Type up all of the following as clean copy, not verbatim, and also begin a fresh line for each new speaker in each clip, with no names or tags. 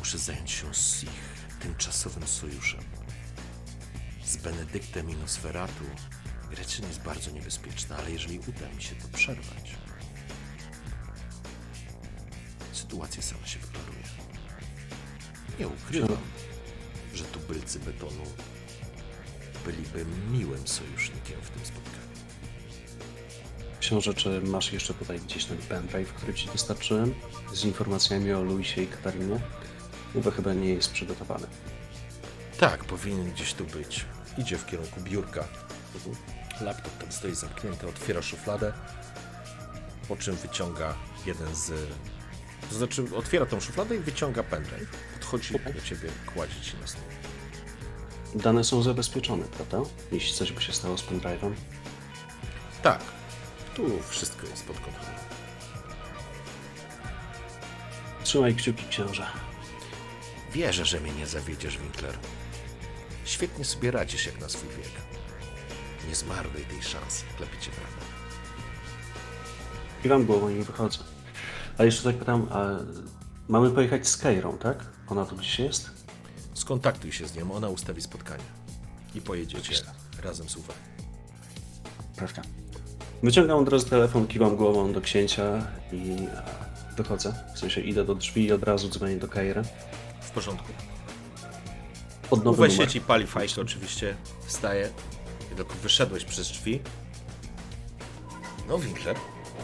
Muszę zająć się z ich tymczasowym sojuszem. Z Benedyktem i Nosferatu Gretchen jest bardzo niebezpieczna, ale jeżeli uda mi się to przerwać, sytuacja sama się wyklaruje. Nie ukrywam, że tubylcy betonu byliby miłym sojusznikiem w tym spotkaniu.
Książę, czy masz jeszcze tutaj gdzieś ten pendrive, który ci dostarczyłem z informacjami o Luisie i Katarinie? Uwe chyba nie jest przygotowany.
Tak, powinien gdzieś tu być. Idzie w kierunku biurka. Laptop tam stoi zamknięty, otwiera szufladę, po czym wyciąga jeden z... To znaczy otwiera tą szufladę i wyciąga pendrive. Podchodzi do ciebie, kładzie ci na stół.
Dane są zabezpieczone, prawda? Jeśli coś by się stało z pendrive'em.
Tak, tu wszystko jest pod kontrolą.
Trzymaj kciuki, książę.
Wierzę, że mnie nie zawiedziesz, Winkler. Świetnie sobie radzisz jak na swój wiek. Nie zmarnuj tej szansy, klepię cię w ramę.
Kiwam głową i wychodzę. A jeszcze tak pytam, mamy pojechać z Keirą, tak? Ona tu gdzieś jest?
Skontaktuj się z nią, ona ustawi spotkanie. I pojedziecie razem z Uwe.
Prawda. Wyciągam od razu telefon, kiwam głową do księcia i wychodzę. W sensie idę do drzwi i od razu dzwonię do Keiry.
W porządku.
Pod nowy
Uwe
numer.
sieci pali fajkę, oczywiście wstaje. I tylko wyszedłeś przez drzwi. No, Winkler.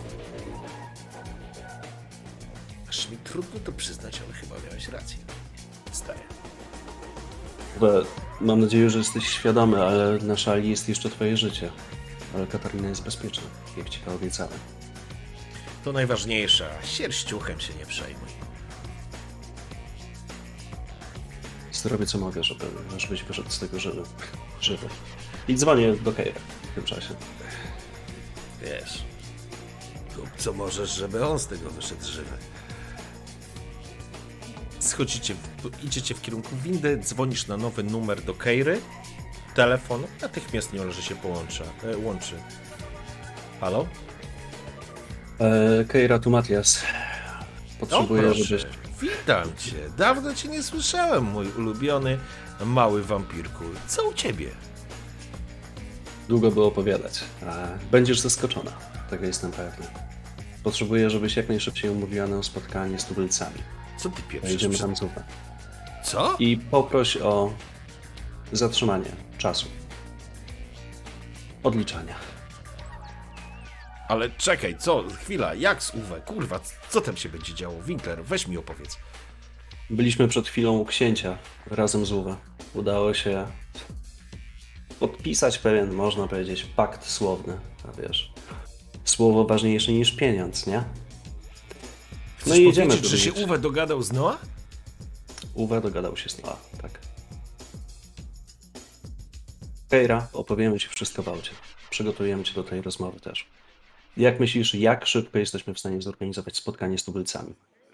Aż mi trudno to przyznać, ale chyba miałeś rację. Wstaje.
Uwe, mam nadzieję, że jesteś świadomy, ale na szali jest jeszcze twoje życie. Ale Katarina jest bezpieczna, jak ci to obiecałem.
To najważniejsze. Sierściuchem się nie przejmuj.
Zrobię co mogę, żebyś wyszedł z tego żywy. I dzwonię do Keiry w tym czasie.
Wiesz, rób co możesz, żeby on z tego wyszedł żywy. Schodzicie, idziecie w kierunku windy, dzwonisz na nowy numer do Keiry. Telefon natychmiast niemalże się łączy. Halo?
Keira, tu Matias. Potrzebuję, żebyś...
Witam cię. Dawno cię nie słyszałem, mój ulubiony mały wampirku. Co u ciebie?
Długo było opowiadać. Będziesz zaskoczona, tego jestem pewny. Potrzebuję, żebyś jak najszybciej umówiła nam spotkanie z tubylcami.
Co ty pieprzysz?
Pojedziemy tam z Uwe.
Co?
I poproś o zatrzymanie czasu. Odliczania.
Ale czekaj, co? Chwila, jak z Uwe? Kurwa, co tam się będzie działo? Winkler, weź mi opowiedz.
Byliśmy przed chwilą u księcia razem z Uwe. Udało się podpisać pewien, można powiedzieć, pakt słowny. A wiesz, słowo ważniejsze niż pieniądz, nie?
Chcesz
i jedziemy
powiedzieć, że się
powiedzieć.
Uwe dogadał z Noa?
Uwe dogadał się z Noa, tak. Keira, opowiemy ci wszystko o aucie. Przygotujemy cię do tej rozmowy też. Jak myślisz, jak szybko jesteśmy w stanie zorganizować spotkanie z tubylcami?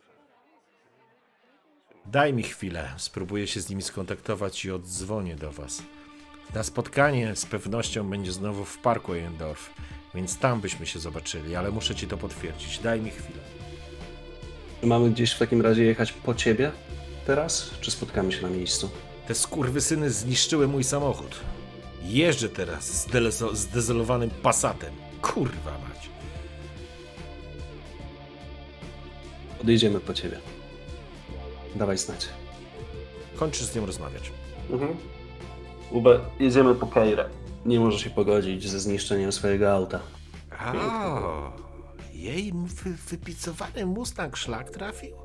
Daj mi chwilę, spróbuję się z nimi skontaktować i oddzwonię do was. Na spotkanie z pewnością będzie znowu w parku Ejendorf, więc tam byśmy się zobaczyli, ale muszę ci to potwierdzić. Daj mi chwilę.
Czy mamy gdzieś w takim razie jechać po ciebie teraz, czy spotkamy się na miejscu?
Te skurwysyny zniszczyły mój samochód. Jeżdżę teraz z zdezelowanym Passatem. Kurwa mać.
Odjedziemy po ciebie. Dawaj znać.
Kończysz z nią rozmawiać.
Ube, jedziemy po Keirę. Nie może się pogodzić ze zniszczeniem swojego auta.
O, jej wypicowany Mustang szlak trafił?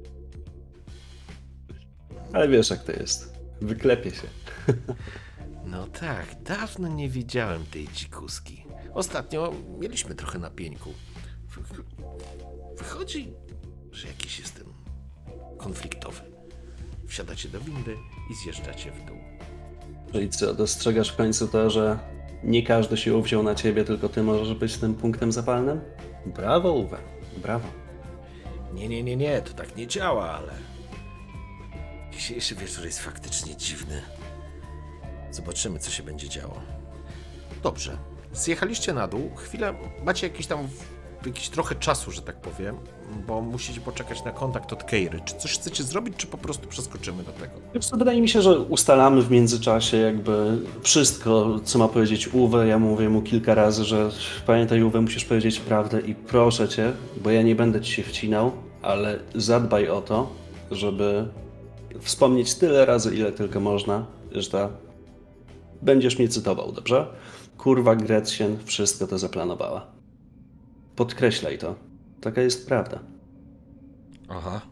Ale wiesz jak to jest. Wyklepie się.
No tak, dawno nie widziałem tej dzikuski. Ostatnio mieliśmy trochę na pieńku. Wychodzi, że jakiś jestem konfliktowy. Wsiadacie do windy i zjeżdżacie w dół.
I co, dostrzegasz w końcu to, że nie każdy się uwziął na ciebie, tylko ty możesz być tym punktem zapalnym? Brawo, Uwe. Brawo.
Nie, to tak nie działa, ale... Dzisiejszy wieczór jest faktycznie dziwny. Zobaczymy, co się będzie działo. Dobrze. Zjechaliście na dół. Chwilę, macie jakiś tam jakiś trochę czasu, że tak powiem, bo musicie poczekać na kontakt od Keiry. Czy coś chcecie zrobić, czy po prostu przeskoczymy do tego?
Wiesz co, wydaje mi się, że ustalamy w międzyczasie jakby wszystko, co ma powiedzieć Uwe. Ja mówię mu kilka razy, że pamiętaj Uwe, musisz powiedzieć prawdę i proszę cię, bo ja nie będę ci się wcinał, ale zadbaj o to, żeby wspomnieć tyle razy, ile tylko można, że będziesz mnie cytował, dobrze? Kurwa Gretchen wszystko to zaplanowała. Podkreślaj to. Taka jest prawda.
Aha.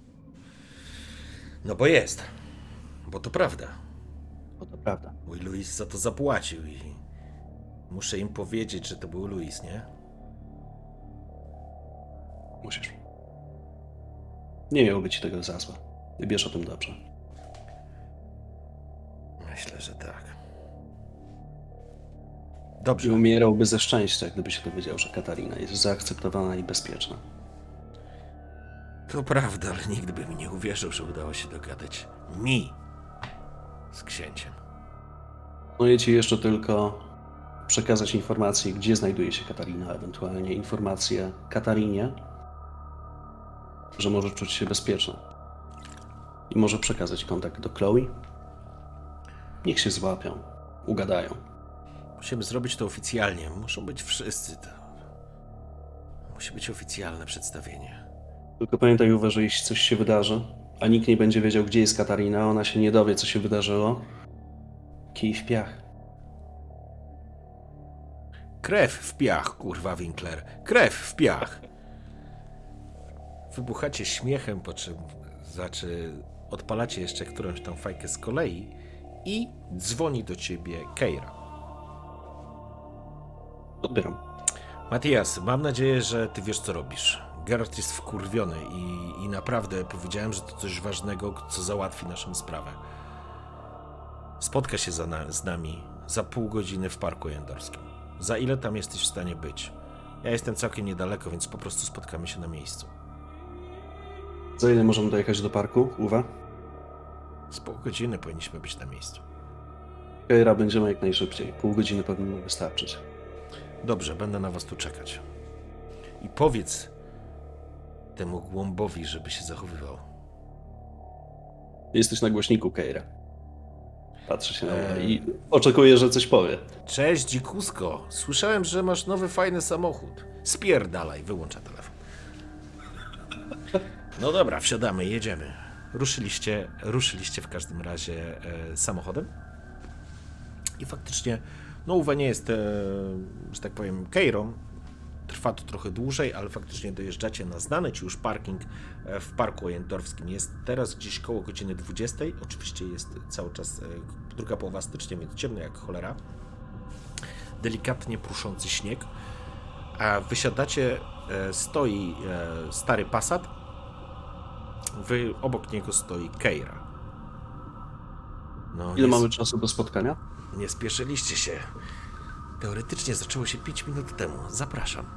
No bo jest. Bo to prawda.
Bo to prawda.
Mój Luis za to zapłacił i muszę im powiedzieć, że to był Luis, nie?
Musisz. Nie miałby ci tego za złe. Wiesz o tym dobrze.
Myślę, że tak.
I
Dobrze.
umierałby ze szczęścia, gdyby się dowiedział, że Katarina jest zaakceptowana i bezpieczna.
To prawda, ale nigdy by mi nie uwierzył, że udało się dogadać mi z księciem.
Planuję ci jeszcze tylko przekazać informację, gdzie znajduje się Katarina, ewentualnie informację Katarinie, że może czuć się bezpieczna. I może przekazać kontakt do Chloe. Niech się złapią, ugadają.
Musimy zrobić to oficjalnie. Muszą być wszyscy. Musi być oficjalne przedstawienie.
Tylko pamiętaj, Uwe, że jeśli coś się wydarzy, a nikt nie będzie wiedział, gdzie jest Katarina, ona się nie dowie, co się wydarzyło, kij w piach.
Krew w piach, kurwa Winkler. Krew w piach. Wybuchacie śmiechem, po czym odpalacie jeszcze którąś tam fajkę z kolei i dzwoni do ciebie Keira.
Odbieram.
Matias, mam nadzieję, że ty wiesz, co robisz. Geralt jest wkurwiony i naprawdę powiedziałem, że to coś ważnego, co załatwi naszą sprawę. Spotka się z nami za pół godziny w Parku Jendorskim. Za ile tam jesteś w stanie być? Ja jestem całkiem niedaleko, więc po prostu spotkamy się na miejscu.
Za ile możemy dojechać do parku, Uwe?
Z pół godziny powinniśmy być na miejscu.
Keira, będziemy jak najszybciej. Pół godziny powinno wystarczyć.
Dobrze, będę na was tu czekać. I powiedz temu głąbowi, żeby się zachowywał.
Jesteś na głośniku, Keira. Patrzę się na Uwe i oczekuję, że coś powie.
Cześć, dzikusko. Słyszałem, że masz nowy, fajny samochód. Spierdalaj, wyłącza telefon. No dobra, wsiadamy, jedziemy. Ruszyliście w każdym razie samochodem. I faktycznie, no Uwe nie jest, że tak powiem, Keirą. Trwa to trochę dłużej, ale faktycznie dojeżdżacie na znany ci już parking w Parku Ojendorskim. Jest teraz gdzieś koło godziny 20. Oczywiście jest cały czas druga połowa stycznia, więc ciemno jak cholera. Delikatnie pruszący śnieg. A wysiadacie, stoi stary Passat. Obok niego stoi Keira. No,
Ile mamy czasu do spotkania?
nie spieszyliście się. Teoretycznie zaczęło się 5 minut temu. Zapraszam.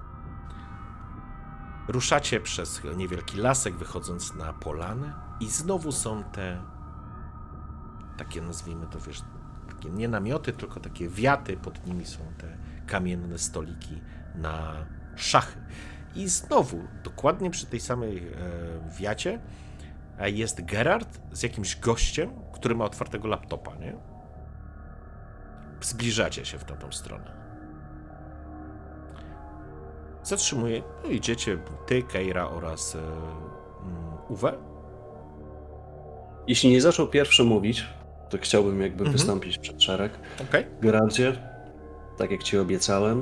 Ruszacie przez niewielki lasek, wychodząc na polanę i znowu są te takie, nazwijmy to, wiesz, takie nie namioty, tylko takie wiaty, pod nimi są te kamienne stoliki na szachy. I znowu, dokładnie przy tej samej wiacie jest Geralt z jakimś gościem, który ma otwartego laptopa, nie? Zbliżacie się w tamtą stronę. Zatrzymuje, no idziecie ty, Keira oraz Uwe.
Jeśli nie zaczął pierwszy mówić, to chciałbym jakby wystąpić przed szereg.
Okej.
Geraldzie, tak jak ci obiecałem,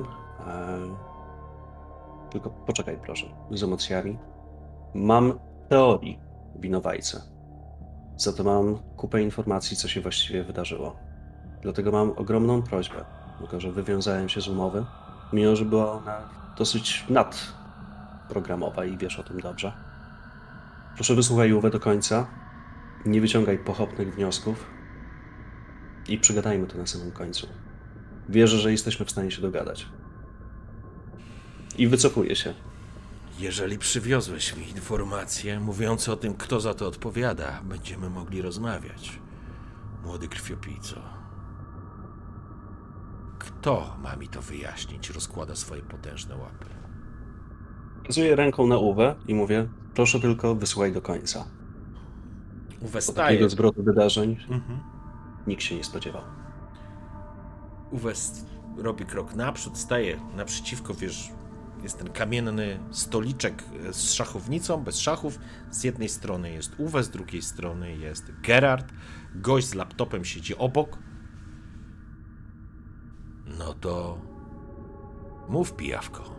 tylko poczekaj proszę, z emocjami. Mam teorii winowajcę. Za to mam kupę informacji, co się właściwie wydarzyło. Dlatego mam ogromną prośbę, tylko że wywiązałem się z umowy, mimo że była ona dosyć nadprogramowa i wiesz o tym dobrze. Proszę wysłuchaj Uwe do końca, nie wyciągaj pochopnych wniosków i przegadajmy to na samym końcu. Wierzę, że jesteśmy w stanie się dogadać. I wycofuję się.
Jeżeli przywiozłeś mi informacje mówiące o tym, kto za to odpowiada, będziemy mogli rozmawiać. Młody krwiopijco. Kto ma mi to wyjaśnić? Rozkłada swoje potężne łapy.
Wskazuję ręką na Uwę i mówię, proszę tylko wysłuchaj do końca.
Uwe
Po
staje.
takiego zwrotu wydarzeń
Mhm.
nikt się nie spodziewał.
Uwe robi krok naprzód, staje naprzeciwko, wiesz, jest ten kamienny stoliczek z szachownicą, bez szachów. Z jednej strony jest Uwe, z drugiej strony jest Gerard. Gość z laptopem siedzi obok. No to mów, pijawko.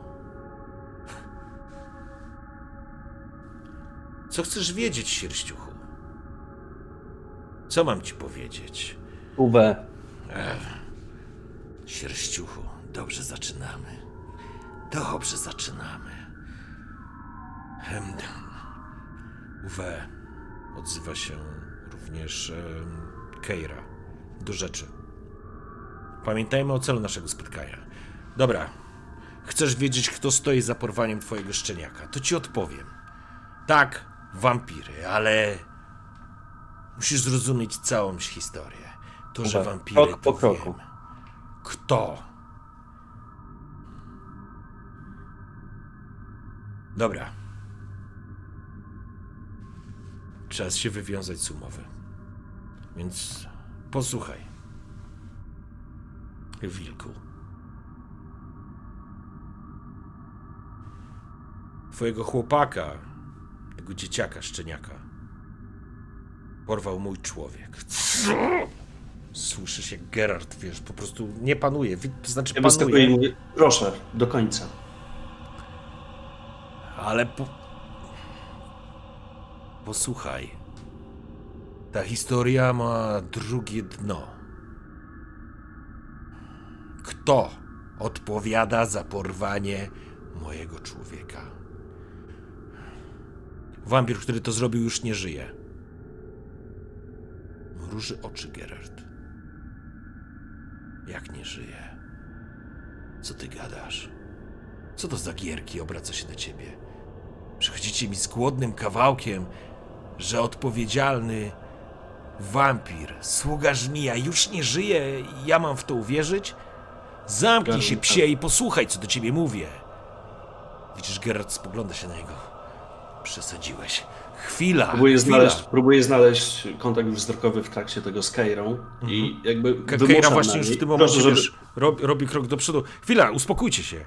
Co chcesz wiedzieć, sierściuchu? Co mam ci powiedzieć?
Uwe,
Sierściuchu, dobrze zaczynamy. Dobrze zaczynamy. Uwe, odzywa się również Keira. Do rzeczy. Pamiętajmy o celu naszego spotkania. Dobra, chcesz wiedzieć, kto stoi za porwaniem twojego szczeniaka? To ci odpowiem. Tak, wampiry, ale musisz zrozumieć całą historię. To, że
Uwe,
wampiry
krok po
to
kroku.
wiem. Kto? Dobra. Czas się wywiązać z umowy. Więc posłuchaj. Wilku. Twojego chłopaka, tego dzieciaka, szczeniaka, porwał mój człowiek. Co? Słyszysz, jak Gerard, wiesz, po prostu nie panuje. To znaczy
ja wyskakuję i
panuje,
mówię, proszę, do końca.
ale posłuchaj. Ta historia ma drugie dno. Kto odpowiada za porwanie mojego człowieka? Wampir, który to zrobił, już nie żyje. Mruży oczy Gerard. Jak nie żyje? Co ty gadasz? Co to za gierki obraca się na ciebie? Przychodzicie mi z głodnym kawałkiem, że odpowiedzialny wampir, sługa żmija, już nie żyje i ja mam w to uwierzyć? Zamknij się, psie, i posłuchaj, co do ciebie mówię. Widzisz, Gerard spogląda się na niego. Przesadziłeś. Chwila.
Próbuję znaleźć kontakt wzrokowy w trakcie tego z Keirą i jakby
Keira
wymuszam
właśnie
na
już
niej.
w tym momencie
Proszę, żeby...
wiesz, robi krok do przodu. Chwila, uspokójcie się.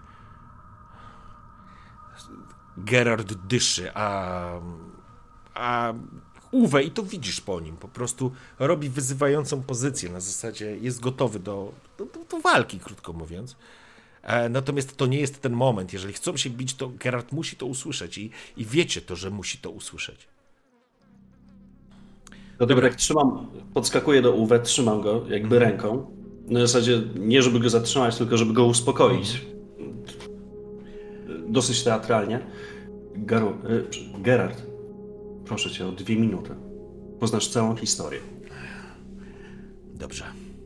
Gerard dyszy, a Uwe, i to widzisz po nim, po prostu robi wyzywającą pozycję, na zasadzie jest gotowy do walki, krótko mówiąc. Natomiast to nie jest ten moment. Jeżeli chcą się bić, to Gerard musi to usłyszeć i wiecie to, że musi to usłyszeć.
Dlatego jak podskakuję do Uwe, trzymam go jakby ręką. Na zasadzie nie żeby go zatrzymać, tylko żeby go uspokoić. Dosyć teatralnie. Gerard, proszę cię o 2 minuty. Poznasz całą historię.
Dobrze.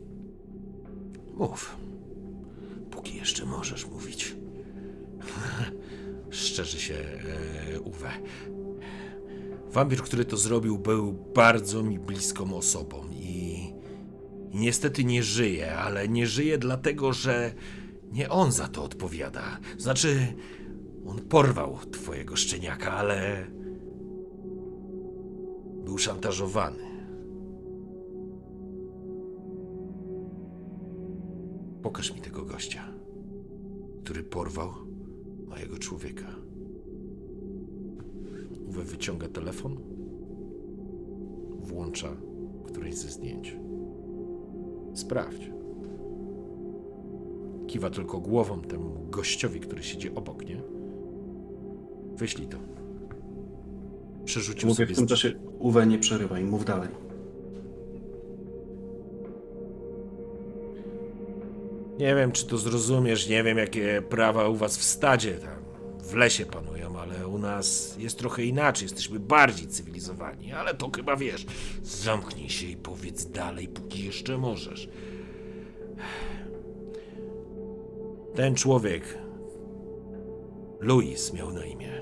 Mów. Póki jeszcze możesz mówić. Szczerzy się Uwe. Wampir, który to zrobił, był bardzo mi bliską osobą i niestety nie żyje, ale nie żyje dlatego, że nie on za to odpowiada. Znaczy, on porwał twojego szczeniaka, ale był szantażowany. Pokaż mi tego gościa, który porwał mojego człowieka. Uwe wyciąga telefon, włącza któreś ze zdjęć. Sprawdź. Kiwa tylko głową temu gościowi, który siedzi obok, nie? Wyślij to. Przerzucił
Mówię
sobie...
w tym czasie, Uwe, nie przerywaj, mów dalej.
Nie wiem, czy to zrozumiesz, nie wiem, jakie prawa u was w stadzie tam w lesie panują, ale u nas jest trochę inaczej, jesteśmy bardziej cywilizowani, ale to chyba wiesz. Zamknij się i powiedz dalej, póki jeszcze możesz. Ten człowiek, Louis miał na imię.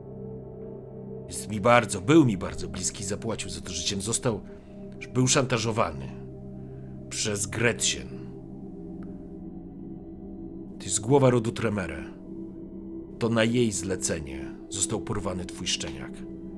Był mi bardzo bliski, zapłacił za to życiem. Był szantażowany przez Gretchen. To jest głowa rodu Tremere. to na jej zlecenie został porwany twój szczeniak.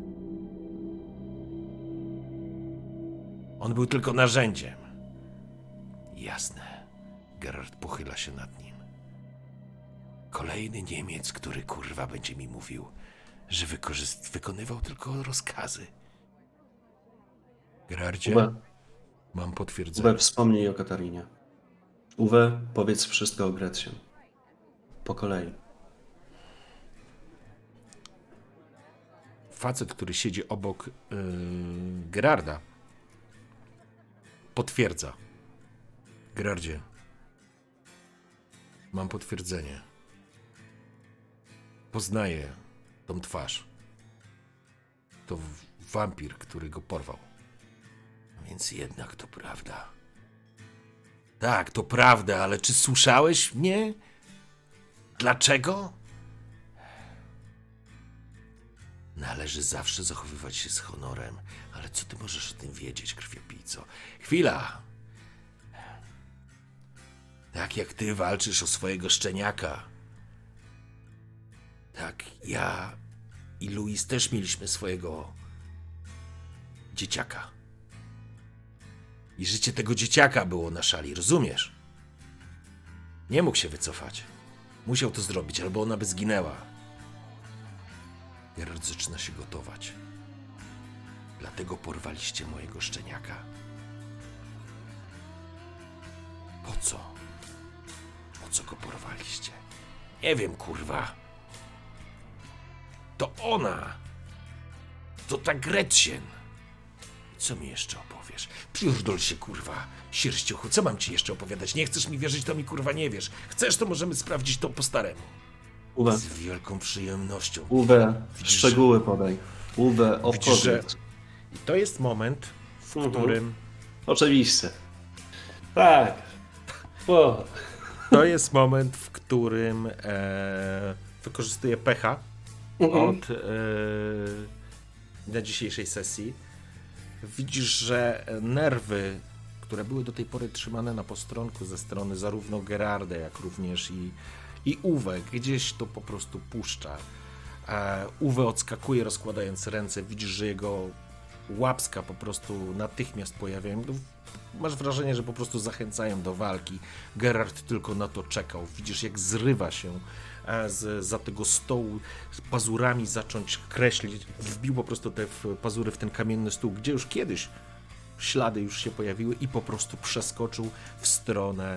On był tylko narzędziem. Jasne. Geralt pochyla się nad nim. Kolejny Niemiec, który kurwa będzie mi mówił, że wykonywał tylko rozkazy. Gerardzie,
Uwe,
mam potwierdzenie.
Uwe, wspomnij o Katarinie. Uwe, powiedz wszystko o Gretchen. Po kolei.
Facet, który siedzi obok Gerarda, potwierdza. Gerardzie, mam potwierdzenie. Poznaję tą twarz. To wampir, który go porwał. Więc jednak to prawda. Tak, to prawda, ale czy słyszałeś mnie? Dlaczego? Należy zawsze zachowywać się z honorem. Ale co ty możesz o tym wiedzieć, krwiopijco? Chwila! Tak jak ty walczysz o swojego szczeniaka, tak ja i Louis też mieliśmy swojego dzieciaka. I życie tego dzieciaka było na szali, rozumiesz? Nie mógł się wycofać. Musiał to zrobić, albo ona by zginęła. Geralt zaczyna się gotować. Dlatego porwaliście mojego szczeniaka. Po co? Po co go porwaliście? Nie wiem, kurwa. To ona. To ta Gretchen. Co mi jeszcze opowiesz? Pierdol się, kurwa, sierściuchu. Co mam ci jeszcze opowiadać? Nie chcesz mi wierzyć, to mi, kurwa, nie wiesz. Chcesz, to możemy sprawdzić to po staremu.
Uwe,
Z wielką przyjemnością.
Uwe,
Widzisz,
szczegóły podaj. Uwe,
Widzisz, że...
opowiedz.
I to jest moment, w którym...
Oczywiście. Tak. O.
To jest moment, w którym wykorzystuję pecha na dzisiejszej sesji. Widzisz, że nerwy, które były do tej pory trzymane na postronku ze strony zarówno Gerarda, jak również i Uwe, gdzieś to po prostu puszcza. Uwe odskakuje, rozkładając ręce. Widzisz, że jego łapska po prostu natychmiast pojawiają. Masz wrażenie, że po prostu zachęcają do walki. Gerard tylko na to czekał. Widzisz, jak zrywa się za tego stołu, z pazurami zacząć kreślić. Wbił po prostu te pazury w ten kamienny stół, gdzie już kiedyś ślady już się pojawiły i po prostu przeskoczył w stronę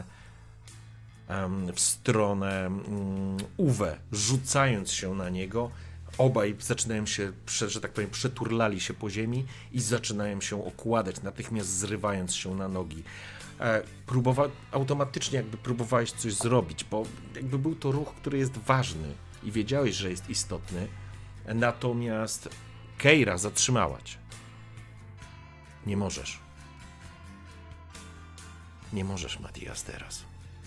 Uwe, rzucając się na niego. Obaj zaczynają się, że tak powiem, przeturlali się po ziemi i zaczynają się okładać, natychmiast zrywając się na nogi. Automatycznie jakby próbowałeś coś zrobić, bo jakby był to ruch, który jest ważny i wiedziałeś, że jest istotny, natomiast Keira zatrzymała cię. Nie możesz. Nie możesz, Matias, teraz.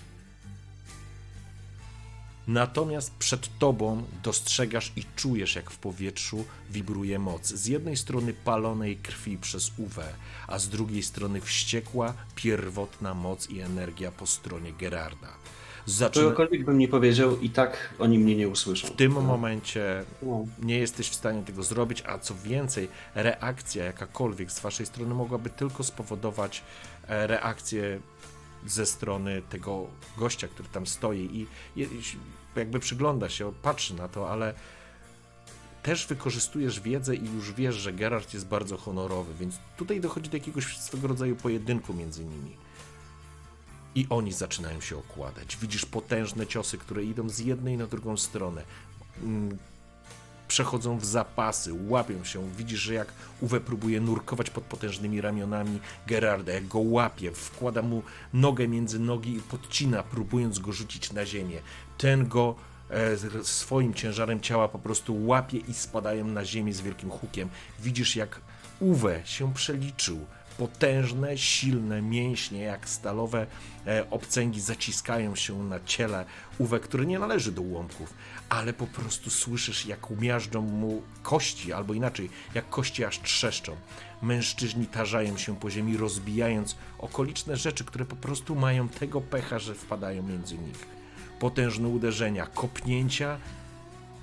Natomiast przed tobą dostrzegasz i czujesz, jak w powietrzu wibruje moc. Z jednej strony palonej krwi przez Uwe, a z drugiej strony wściekła, pierwotna moc i energia po stronie Gerarda.
Czegokolwiek bym nie powiedział, i tak oni mnie nie usłyszą.
W tym momencie nie jesteś w stanie tego zrobić, a co więcej, reakcja jakakolwiek z waszej strony mogłaby tylko spowodować reakcję ze strony tego gościa, który tam stoi i jakby przygląda się, patrzy na to, ale też wykorzystujesz wiedzę i już wiesz, że Gerard jest bardzo honorowy, więc tutaj dochodzi do jakiegoś swego rodzaju pojedynku między nimi. I oni zaczynają się okładać. Widzisz potężne ciosy, które idą z jednej na drugą stronę. Przechodzą w zapasy, łapią się. Widzisz, że jak Uwe próbuje nurkować pod potężnymi ramionami Gerarda, jak go łapie, wkłada mu nogę między nogi i podcina, próbując go rzucić na ziemię. Ten go swoim ciężarem ciała po prostu łapie i spadają na ziemię z wielkim hukiem. Widzisz, jak Uwe się przeliczył. Potężne, silne mięśnie, jak stalowe obcęgi zaciskają się na ciele Uwe, który nie należy do ułomków, ale po prostu słyszysz, jak umiażdżą mu kości, albo inaczej, jak kości aż trzeszczą. Mężczyźni tarzają się po ziemi, rozbijając okoliczne rzeczy, które po prostu mają tego pecha, że wpadają między nich. Potężne uderzenia, kopnięcia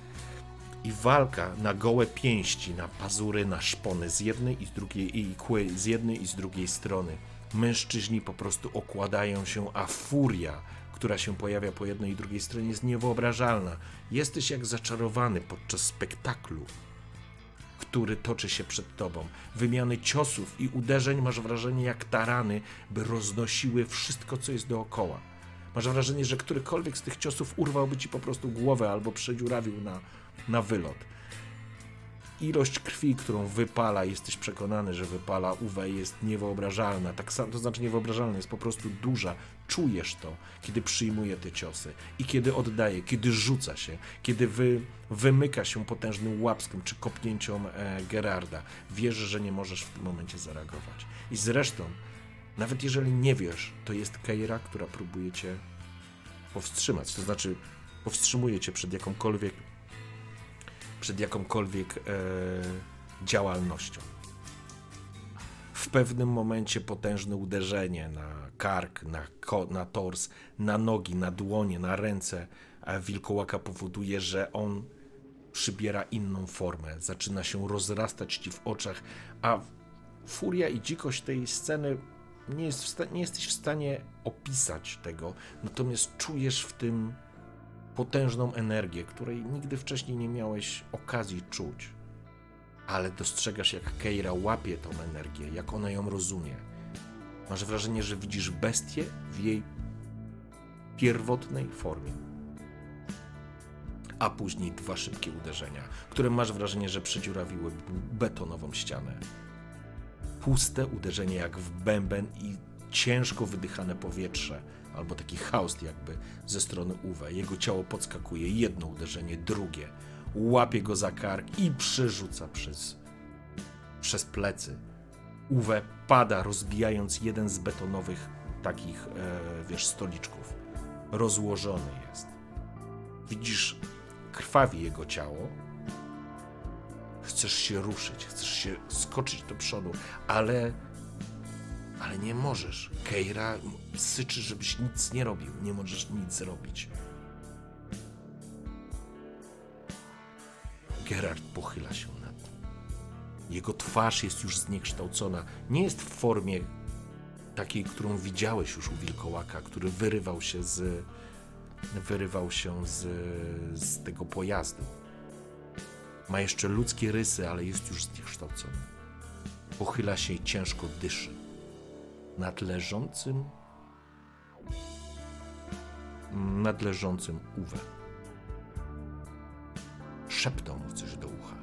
I walka na gołe pięści, na pazury, na szpony z jednej i z drugiej, i kły z jednej i z drugiej strony. Mężczyźni po prostu okładają się, a furia, która się pojawia po jednej i drugiej stronie, jest niewyobrażalna. Jesteś jak zaczarowany podczas spektaklu, który toczy się przed tobą. Wymiany ciosów i uderzeń masz wrażenie jak tarany, by roznosiły wszystko, co jest dookoła. Masz wrażenie, że którykolwiek z tych ciosów urwałby ci po prostu głowę albo przedziurawił na wylot. Ilość krwi, którą wypala, jesteś przekonany, że wypala Uwe, jest niewyobrażalna. Tak samo, to znaczy niewyobrażalna, jest po prostu duża. Czujesz to, kiedy przyjmuje te ciosy i kiedy oddaje, kiedy rzuca się, kiedy wymyka się potężnym łapskiem czy kopnięciom Gerarda. Wiesz, że nie możesz w tym momencie zareagować. I zresztą, nawet jeżeli nie wiesz, to jest Keira, która próbuje cię powstrzymać. To znaczy powstrzymuje cię przed jakąkolwiek działalnością. W pewnym momencie potężne uderzenie na kark, na tors, na nogi, na dłonie, na ręce wilkołaka powoduje, że on przybiera inną formę, zaczyna się rozrastać ci w oczach, a furia i dzikość tej sceny nie jesteś w stanie opisać tego, natomiast czujesz w tym potężną energię, której nigdy wcześniej nie miałeś okazji czuć. Ale dostrzegasz, jak Keira łapie tą energię, jak ona ją rozumie. Masz wrażenie, że widzisz bestię w jej pierwotnej formie. A później 2 szybkie uderzenia, które masz wrażenie, że przedziurawiły betonową ścianę. Puste uderzenie jak w bęben i ciężko wydychane powietrze, albo taki haust jakby ze strony Uwe. Jego ciało podskakuje, jedno uderzenie, drugie. Łapie go za kark i przerzuca przez plecy. Uwe pada, rozbijając jeden z betonowych takich, stoliczków. Rozłożony jest. Widzisz, krwawi jego ciało. Chcesz się ruszyć, chcesz się skoczyć do przodu, ale nie możesz. Keira syczy, żebyś nic nie robił. Nie możesz nic zrobić. Gerard pochyla się nad nim. Jego twarz jest już zniekształcona. Nie jest w formie takiej, którą widziałeś już u wilkołaka, który wyrywał się z tego pojazdu. Ma jeszcze ludzkie rysy, ale jest już zniekształcony. Pochyla się i ciężko dyszy. Nad leżącym Uwe. Szeptał mu coś do ucha.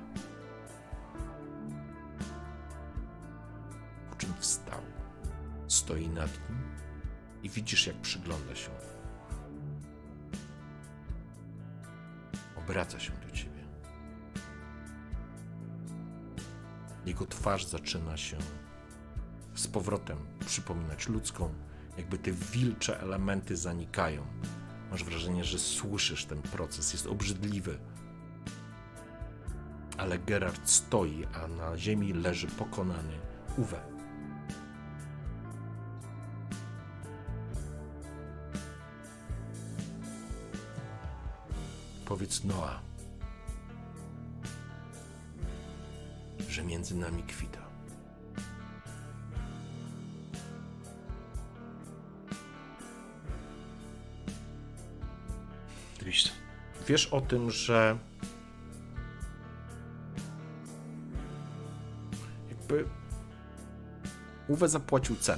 Po czym wstał. Stoi nad nim i widzisz, jak przygląda się. Obraca się do ciebie. Jego twarz zaczyna się z powrotem przypominać ludzką, jakby te wilcze elementy zanikają. Masz wrażenie, że słyszysz ten proces, jest obrzydliwy. Ale Gerard stoi, a na ziemi leży pokonany Uwe. Powiedz Noa, że między nami kwita.
Oczywiście.
Wiesz o tym, że jakby Uwe zapłacił cenę.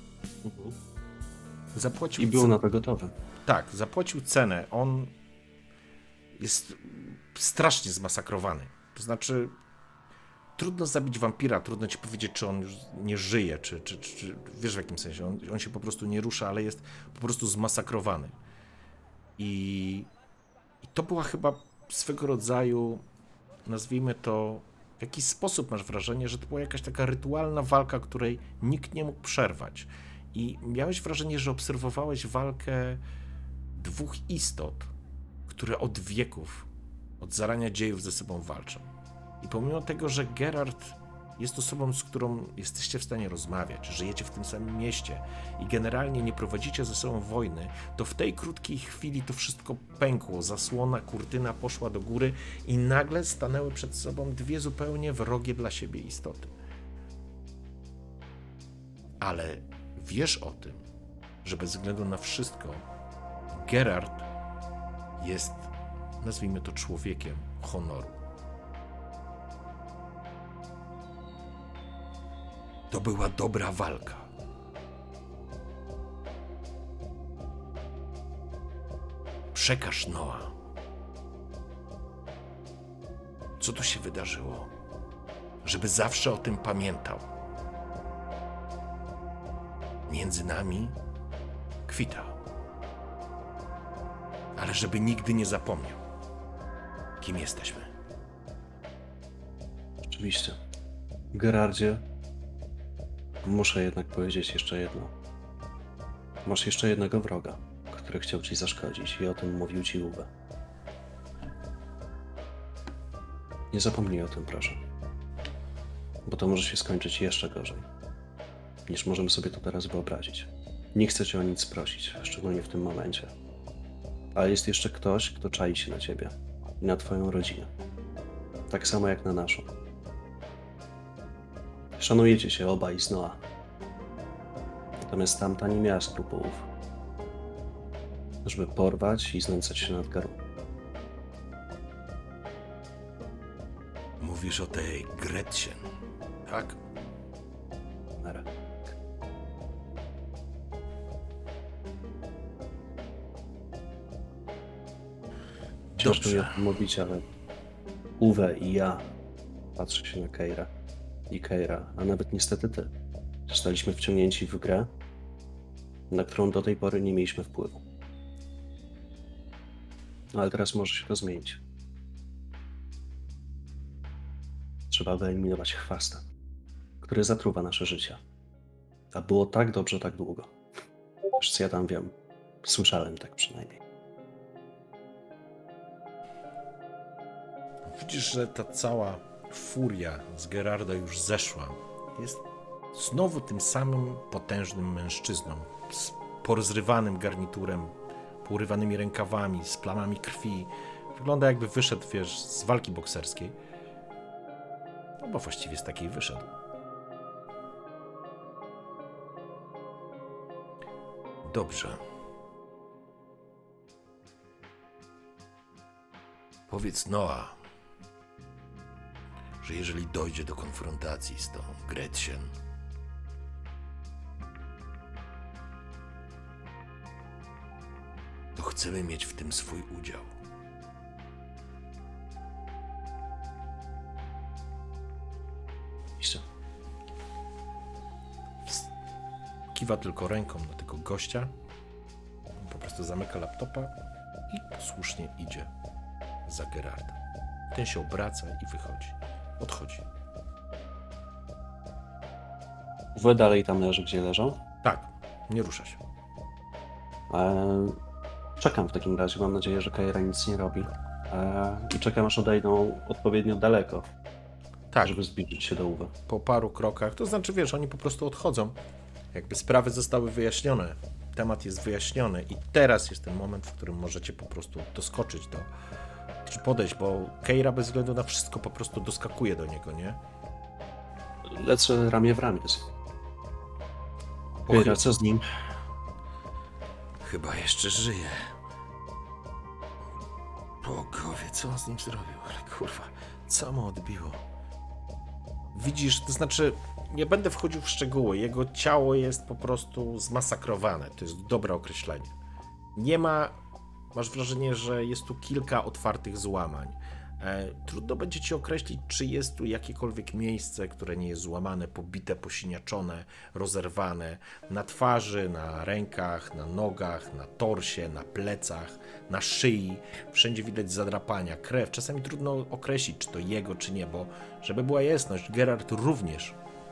I był na to gotowy.
Tak, zapłacił cenę. On jest strasznie zmasakrowany. To znaczy, trudno zabić wampira, trudno ci powiedzieć, czy on już nie żyje, czy wiesz w jakim sensie. On się po prostu nie rusza, ale jest po prostu zmasakrowany. I to była chyba swego rodzaju, nazwijmy to, w jakiś sposób masz wrażenie, że to była jakaś taka rytualna walka, której nikt nie mógł przerwać. I miałeś wrażenie, że obserwowałeś walkę 2 istot, które od wieków, od zarania dziejów ze sobą walczą. I pomimo tego, że Gerard jest osobą, z którą jesteście w stanie rozmawiać, żyjecie w tym samym mieście i generalnie nie prowadzicie ze sobą wojny, to w tej krótkiej chwili to wszystko pękło, zasłona, kurtyna poszła do góry i nagle stanęły przed sobą dwie zupełnie wrogie dla siebie istoty. Ale wiesz o tym, że bez względu na wszystko Geralt jest, nazwijmy to, człowiekiem honoru. To była dobra walka. Przekaż Noa. Co tu się wydarzyło? Żeby zawsze o tym pamiętał. Między nami kwita. Ale żeby nigdy nie zapomniał, kim jesteśmy.
Oczywiście. Gerardzie, muszę jednak powiedzieć jeszcze jedno. Masz jeszcze jednego wroga, który chciał ci zaszkodzić i o tym mówił ci Uwe. Nie zapomnij o tym, proszę. Bo to może się skończyć jeszcze gorzej, niż możemy sobie to teraz wyobrazić. Nie chcę cię o nic prosić, szczególnie w tym momencie. Ale jest jeszcze ktoś, kto czai się na ciebie i na twoją rodzinę. Tak samo jak na naszą. Szanujecie się obaj z Noa. Natomiast tamta nie miała skrupułów, żeby porwać i znęcać się nad Garą.
Mówisz o tej Gretchen, tak?
Mara. Ciężko mi o tym mówić, ale Uwe i ja patrzę się na Keira i Keira, a nawet niestety ty. Zostaliśmy wciągnięci w grę, na którą do tej pory nie mieliśmy wpływu. Ale teraz może się to zmienić. Trzeba wyeliminować chwasta, który zatruwa nasze życie. A było tak dobrze tak długo. Wszyscy ja tam wiem. Słyszałem tak przynajmniej.
Widzisz, że ta cała furia z Gerarda już zeszła. Jest znowu tym samym potężnym mężczyzną, z porozrywanym garniturem, pourywanymi rękawami, z plamami krwi. Wygląda, jakby wyszedł, wiesz, z walki bokserskiej. No bo właściwie z takiej wyszedł. Dobrze. Powiedz Noa, że jeżeli dojdzie do konfrontacji z tą Gretchen, to chcemy mieć w tym swój udział.
Iście.
Kiwa tylko ręką na tego gościa, on po prostu zamyka laptopa i posłusznie idzie za Gerarda. Ten się obraca i wychodzi. Odchodzi.
Uwe dalej tam leży, gdzie leżał?
Tak, nie rusza się.
Czekam w takim razie. Mam nadzieję, że Keira nic nie robi. I czekam, aż odejdą odpowiednio daleko,
Tak,
żeby zbliżyć się do Uwe.
po paru krokach, to znaczy, wiesz, oni po prostu odchodzą. Jakby sprawy zostały wyjaśnione, temat jest wyjaśniony i teraz jest ten moment, w którym możecie po prostu doskoczyć czy podejść, bo Keira bez względu na wszystko po prostu doskakuje do niego, nie?
Lecę ramię w ramię. Keira, co z nim?
Chyba jeszcze żyje. Bogowie, co on z nim zrobił? Ale kurwa, co mu odbiło? Widzisz, to znaczy, nie będę wchodził w szczegóły, jego ciało jest po prostu zmasakrowane, to jest dobre określenie. Nie ma, masz wrażenie, że jest tu kilka otwartych złamań. Trudno będzie ci określić, czy jest tu jakiekolwiek miejsce, które nie jest złamane, pobite, posiniaczone, rozerwane. Na twarzy, na rękach, na nogach, na torsie, na plecach, na szyi. Wszędzie widać zadrapania, krew. Czasami trudno określić, czy to jego, czy nie, bo żeby była jasność, Gerard również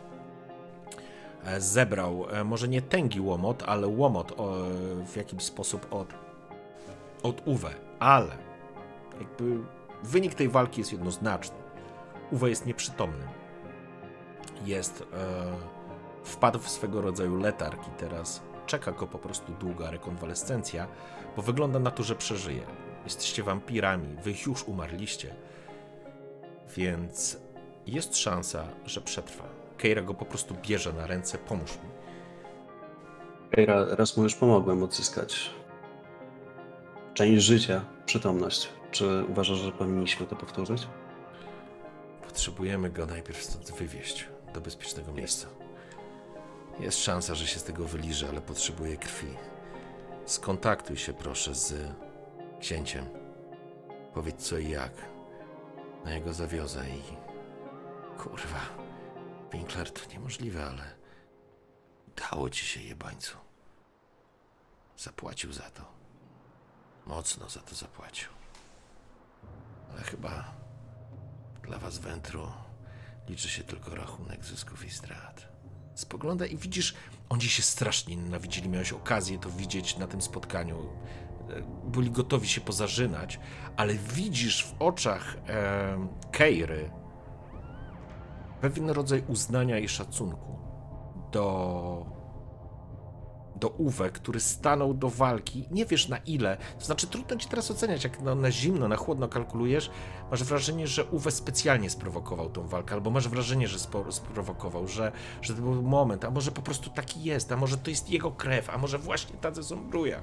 zebrał, może nie tęgi łomot, ale łomot w jakiś sposób od Uwe, ale jakby wynik tej walki jest jednoznaczny. Uwe jest nieprzytomny. wpadł w swego rodzaju letarg i teraz czeka go po prostu długa rekonwalescencja, bo wygląda na to, że przeżyje. Jesteście wampirami, wy już umarliście, więc jest szansa, że przetrwa. Keira go po prostu bierze na ręce, pomóż mi.
Keira, raz mu już pomogłem odzyskać część życia, przytomność. Czy uważasz, że powinniśmy to powtórzyć?
Potrzebujemy go najpierw stąd wywieźć do bezpiecznego miejsca. Jest szansa, że się z tego wyliże, ale potrzebuje krwi. Skontaktuj się proszę z księciem. Powiedz co i jak. Na jego zawiozę i... Kurwa. Winkler, to niemożliwe, ale... Dało ci się, jebańcu. Zapłacił za to. Mocno za to zapłacił. Ale chyba... Dla was, Wętru, liczy się tylko rachunek zysków i strat. Spoglądaj i widzisz, oni się strasznie nienawidzili. Miałeś okazję to widzieć na tym spotkaniu. Byli gotowi się pozażynać, ale widzisz w oczach Keiry pewien rodzaj uznania i szacunku do Uwe, który stanął do walki. Nie wiesz na ile, to znaczy trudno ci teraz oceniać, jak na zimno, na chłodno kalkulujesz, masz wrażenie, że Uwe specjalnie sprowokował tą walkę, albo masz wrażenie, że sprowokował, że to był moment, a może po prostu taki jest, a może to jest jego krew, a może właśnie tacy są bruja.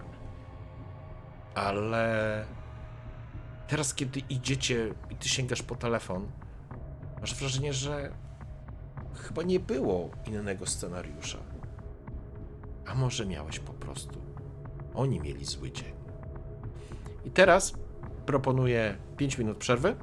Ale teraz, kiedy idziecie i ty sięgasz po telefon, masz wrażenie, że chyba nie było innego scenariusza. A może miałeś po prostu. Oni mieli zły dzień. I teraz proponuję 5 minut przerwy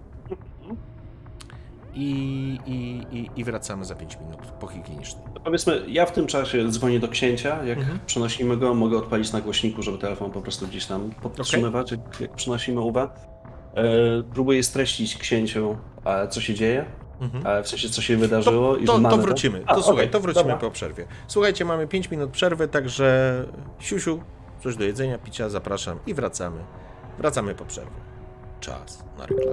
i wracamy za 5 minut po higienicznej.
Powiedzmy, ja w tym czasie dzwonię do księcia, jak przenosimy go, mogę odpalić na głośniku, żeby telefon po prostu gdzieś tam podtrzymywać, jak przenosimy Uwe. Próbuję streścić księciu, co się dzieje, w sensie co się wydarzyło.
To wrócimy, to wrócimy po przerwie. Słuchajcie, mamy 5 minut przerwy, także siusiu, coś do jedzenia, picia, zapraszam i wracamy. Wracamy po przerwie. Czas na reklamę.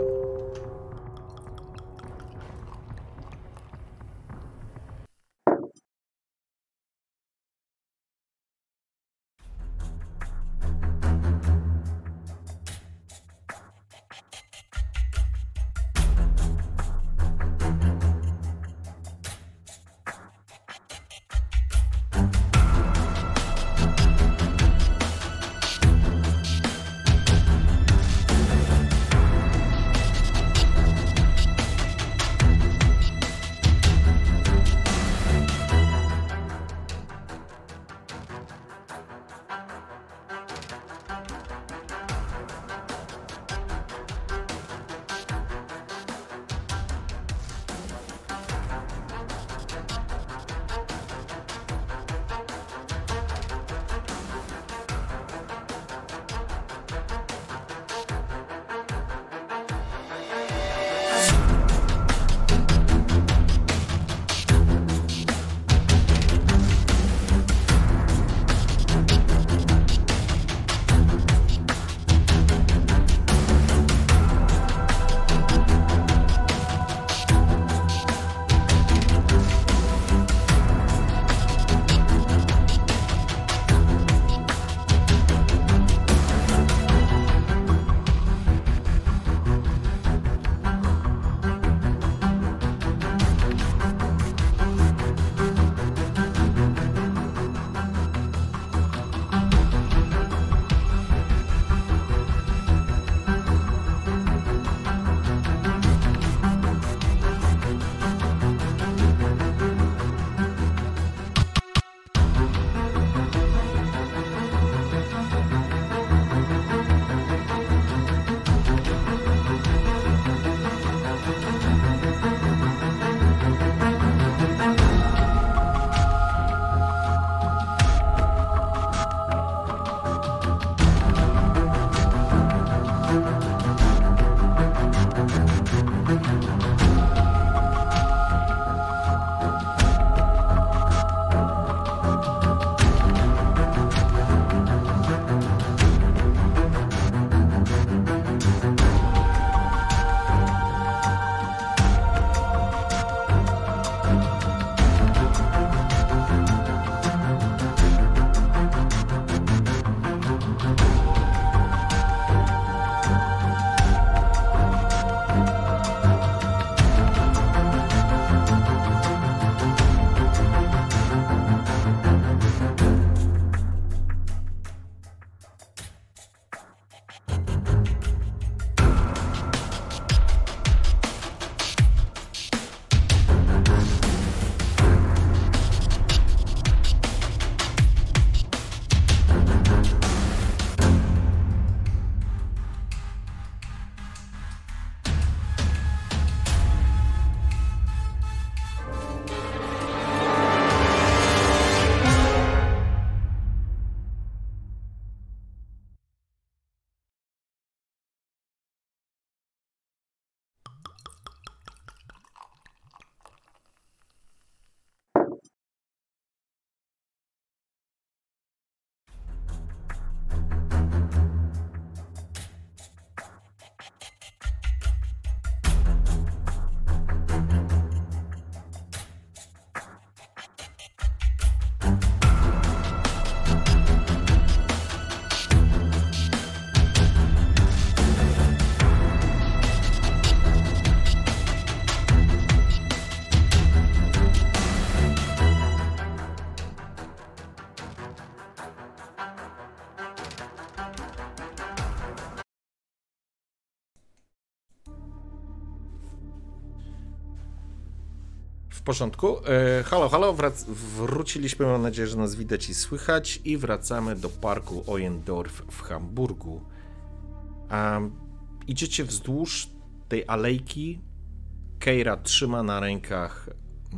W porządku. Halo, halo, wróciliśmy, mam nadzieję, że nas widać i słychać i wracamy do parku Oyendorf w Hamburgu. Idziecie wzdłuż tej alejki. Keira trzyma na rękach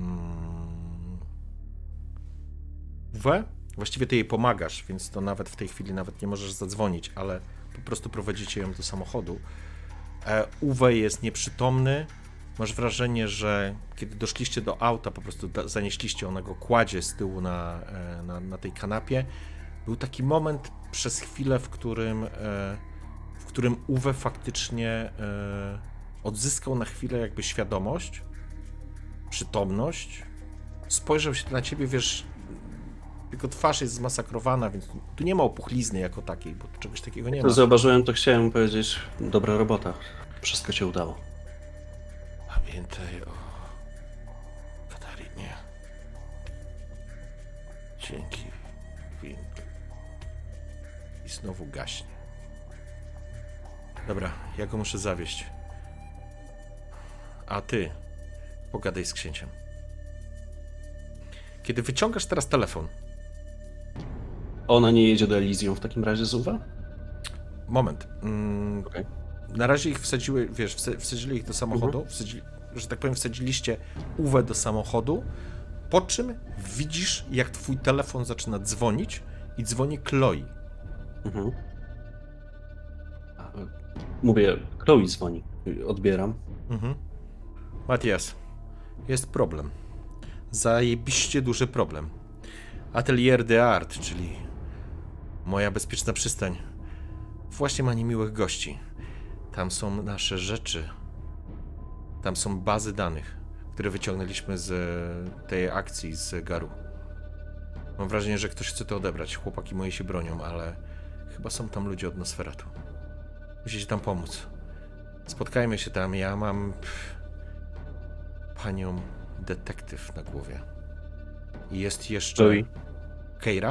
Uwe. Właściwie ty jej pomagasz, więc to nawet w tej chwili nawet nie możesz zadzwonić, ale po prostu prowadzicie ją do samochodu. Uwe jest nieprzytomny. Masz wrażenie, że kiedy doszliście do auta, po prostu zanieśliście, ona go kładzie z tyłu na tej kanapie. Był taki moment przez chwilę, w którym Uwe faktycznie odzyskał na chwilę jakby świadomość, przytomność. Spojrzał się na ciebie, wiesz, jego twarz jest zmasakrowana, więc tu nie ma opuchlizny jako takiej, bo czegoś takiego nie ma.
To zauważyłem, to chciałem powiedzieć, dobra robota, wszystko się udało.
Pamiętaj o Katarinie. Dzięki, Wink. I znowu gaśnie. Dobra, ja go muszę zawieźć. A ty pogadaj z księciem. Kiedy wyciągasz teraz telefon...
Ona nie jedzie do Elysium w takim razie z Uwe?
Moment.
Okay.
Na razie ich wsadziły, wiesz, wsadzili ich do samochodu, że tak powiem, wsadziliście Uwe do samochodu, po czym widzisz, jak twój telefon zaczyna dzwonić i dzwoni Chloe.
Mówię, Chloe dzwoni. Odbieram.
Matias, jest problem. Zajebiście duży problem. Atelier de Art, czyli moja bezpieczna przystań, właśnie ma niemiłych gości. Tam są nasze rzeczy. Tam są bazy danych, które wyciągnęliśmy z tej akcji z Garu. Mam wrażenie, że ktoś chce to odebrać. Chłopaki moi się bronią, ale chyba są tam ludzie od Nosferatu. Musicie tam pomóc. Spotkajmy się tam. Ja mam panią detektyw na głowie. I jest jeszcze...
Chloe.
Keira?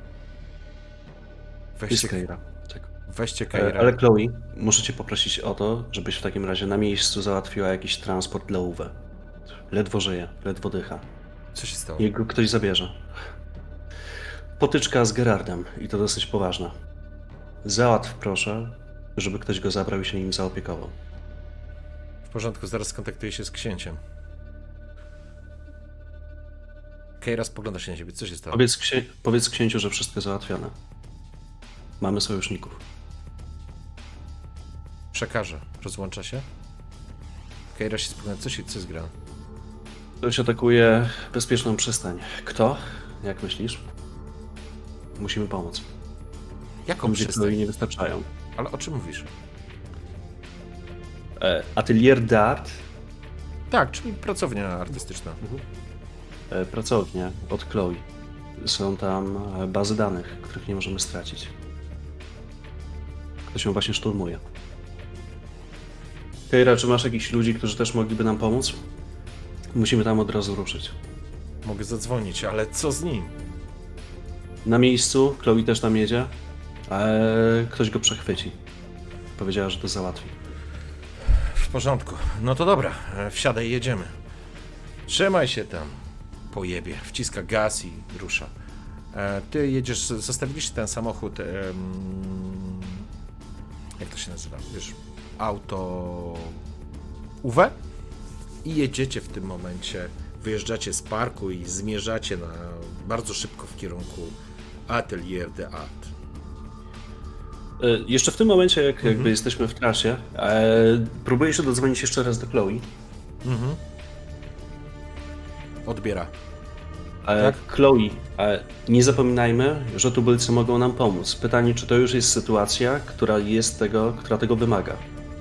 Jest Keira. Tak.
Weźcie Keira.
Ale Chloe, muszę cię poprosić o to, żebyś w takim razie na miejscu załatwiła jakiś transport dla Uwe. Ledwo żyje, ledwo dycha.
Co się stało?
Niech go ktoś zabierze. Potyczka z Gerardem i to dosyć poważna. Załatw proszę, żeby ktoś go zabrał i się nim zaopiekował.
W porządku, zaraz skontaktuję się z księciem. Keira spogląda się na ciebie. Co się stało?
Powiedz księciu, że wszystko załatwione. Mamy sojuszników.
Przekażę. Rozłącza się. Keira się spogląda. Co jest grane?
Ktoś atakuje bezpieczną przystań. Kto? Jak myślisz? Musimy pomóc.
Jaką
Ludzie,
przystań?
którzy nie wystarczają.
Ale o czym mówisz?
Atelier d'Art.
Tak, czyli pracownia artystyczna.
Pracownia od Chloe. Są tam bazy danych, których nie możemy stracić. Ktoś ją właśnie szturmuje. Keira, czy masz jakichś ludzi, którzy też mogliby nam pomóc? Musimy tam od razu ruszyć.
Mogę zadzwonić, ale co z nim?
Na miejscu, Chloe też tam jedzie, ale ktoś go przechwyci. Powiedziała, że to załatwi.
W porządku. No to dobra, wsiadaj i jedziemy. Trzymaj się tam, pojebie. Wciska gaz i rusza. Ty jedziesz, zostawiliście ten samochód, jak to się nazywa, wiesz, auto Uwe i jedziecie w tym momencie, wyjeżdżacie z parku i zmierzacie bardzo szybko w kierunku Atelier de Art.
Jeszcze w tym momencie, jak jakby jesteśmy w trasie, próbuję się dodzwonić jeszcze raz do Chloe.
Odbiera.
Tak? Chloe, nie zapominajmy, że tubylcy mogą nam pomóc. Pytanie, czy to już jest sytuacja, która tego wymaga.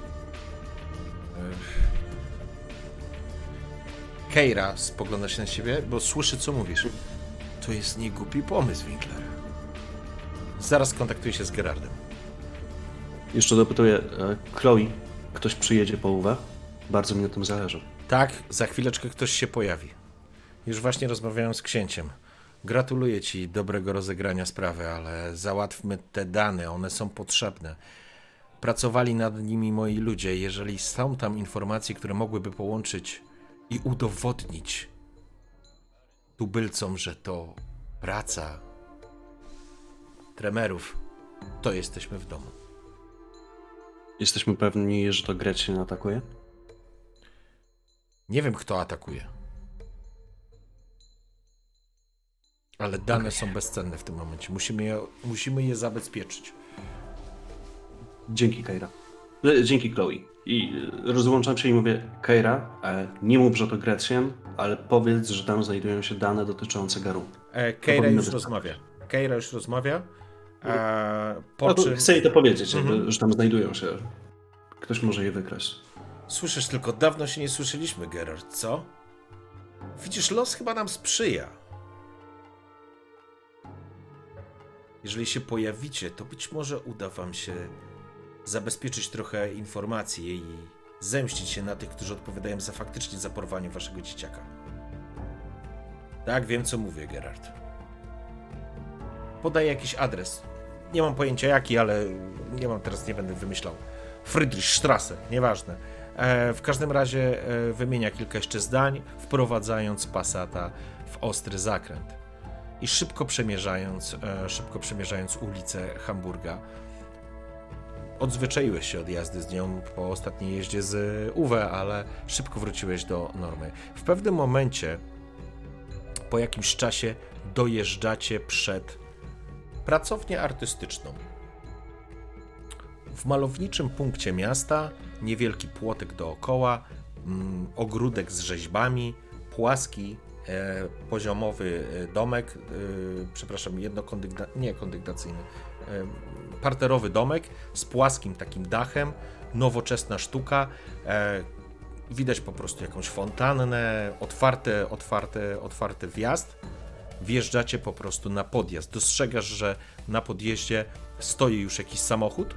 Keira spogląda się na ciebie, bo słyszy, co mówisz. To jest niegłupi pomysł, Winkler. Zaraz kontaktuję się z Gerardem.
Jeszcze dopytuję, Chloe, ktoś przyjedzie po Uwe? Bardzo mi na tym zależy.
Tak, za chwileczkę ktoś się pojawi. Już właśnie rozmawiałem z księciem. Gratuluję ci dobrego rozegrania sprawy, ale załatwmy te dane, one są potrzebne. Pracowali nad nimi moi ludzie. Jeżeli są tam informacje, które mogłyby połączyć i udowodnić tubylcom, że to praca tremerów, to jesteśmy w domu.
Jesteśmy pewni, że to Gretchen atakuje?
Nie wiem, kto atakuje. Ale dane są bezcenne w tym momencie. Musimy je zabezpieczyć.
Dzięki, Keira. Dzięki, Chloe. I rozłączam się i mówię, Keira, nie mów, że to Gretchen, ale powiedz, że tam znajdują się dane dotyczące Garu.
Keira już rozmawia.
Chcę jej to powiedzieć, że tam znajdują się. Ktoś może je wykraść.
Słyszysz, tylko dawno się nie słyszeliśmy, Gerard, co? Widzisz, los chyba nam sprzyja. Jeżeli się pojawicie, to być może uda wam się zabezpieczyć trochę informacji i zemścić się na tych, którzy odpowiadają faktycznie za porwanie waszego dzieciaka. Tak, wiem, co mówię, Gerard. Podaję jakiś adres. Nie mam pojęcia jaki, ale nie będę wymyślał. Friedrichstrasse, nieważne. W każdym razie wymienia kilka jeszcze zdań, wprowadzając Passata w ostry zakręt. I szybko przemierzając ulicę Hamburga, odzwyczaiłeś się od jazdy z nią po ostatniej jeździe z Uwe, ale szybko wróciłeś do normy. W pewnym momencie, po jakimś czasie, dojeżdżacie przed pracownię artystyczną. W malowniczym punkcie miasta niewielki płotek dookoła, ogródek z rzeźbami, płaski, poziomowy domek, parterowy domek z płaskim takim dachem, nowoczesna sztuka, widać po prostu jakąś fontannę, otwarty wjazd, wjeżdżacie po prostu na podjazd, dostrzegasz, że na podjeździe stoi już jakiś samochód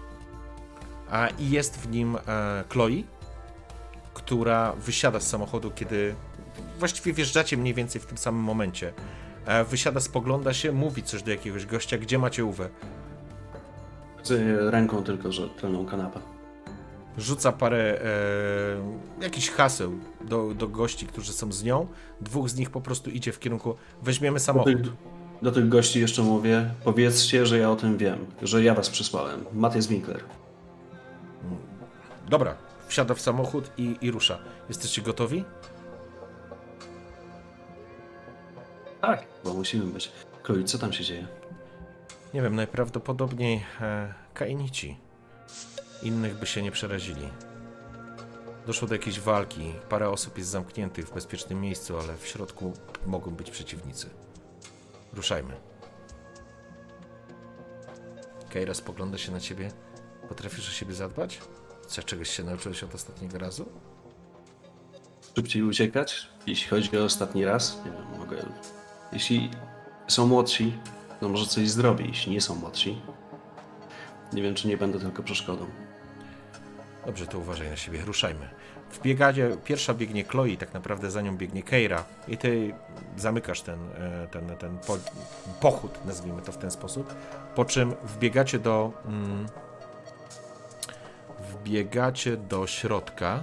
i jest w nim Chloe, która wysiada z samochodu, kiedy właściwie wjeżdżacie mniej więcej w tym samym momencie. Wysiada, spogląda się, mówi coś do jakiegoś gościa, gdzie macie Uwe.
Chcę ręką tylko, że tylną kanapę.
Rzuca parę jakichś haseł do gości, którzy są z nią. Dwóch z nich po prostu idzie w kierunku, weźmiemy samochód.
Do tych gości jeszcze mówię, powiedzcie, że ja o tym wiem, że ja was przysłałem. Matthias Winkler.
Dobra, wsiada w samochód i rusza. Jesteście gotowi?
Tak, bo musimy być. Chloe, co tam się dzieje?
Nie wiem, najprawdopodobniej kainici. Innych by się nie przerazili. Doszło do jakiejś walki. Parę osób jest zamkniętych w bezpiecznym miejscu, ale w środku mogą być przeciwnicy. Ruszajmy. Keira spogląda się na ciebie. Potrafisz o siebie zadbać? Czegoś się nauczyłeś od ostatniego razu?
Szybciej uciekać? Jeśli chodzi o ostatni raz? Nie wiem, mogę... Jeśli są młodsi, to może coś zrobię. Jeśli nie są młodsi, nie wiem, czy nie będę tylko przeszkodą.
Dobrze, to uważaj na siebie. Ruszajmy. Pierwsza biegnie Chloe, tak naprawdę za nią biegnie Keira i ty zamykasz ten pochód, nazwijmy to w ten sposób, po czym wbiegacie do środka.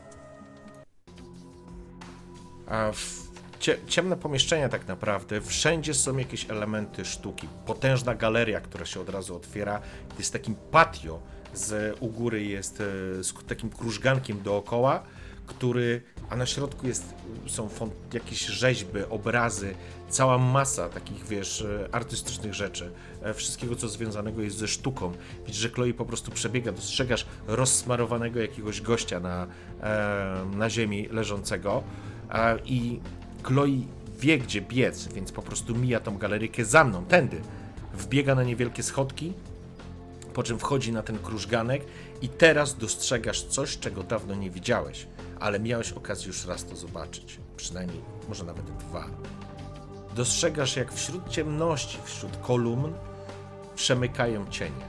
A ciemne pomieszczenia tak naprawdę, wszędzie są jakieś elementy sztuki. Potężna galeria, która się od razu otwiera, jest takim patio, u góry jest z takim krużgankiem dookoła, a na środku są jakieś rzeźby, obrazy, cała masa takich, artystycznych rzeczy. Wszystkiego, co związanego jest ze sztuką. Widzisz, że Chloe po prostu przebiega, dostrzegasz rozsmarowanego jakiegoś gościa na ziemi leżącego i Chloe wie, gdzie biec, więc po prostu mija tą galerykę za mną, tędy. Wbiega na niewielkie schodki, po czym wchodzi na ten krużganek i teraz dostrzegasz coś, czego dawno nie widziałeś, ale miałeś okazję już raz to zobaczyć. Przynajmniej, może nawet dwa. Dostrzegasz, jak wśród ciemności, wśród kolumn przemykają cienie.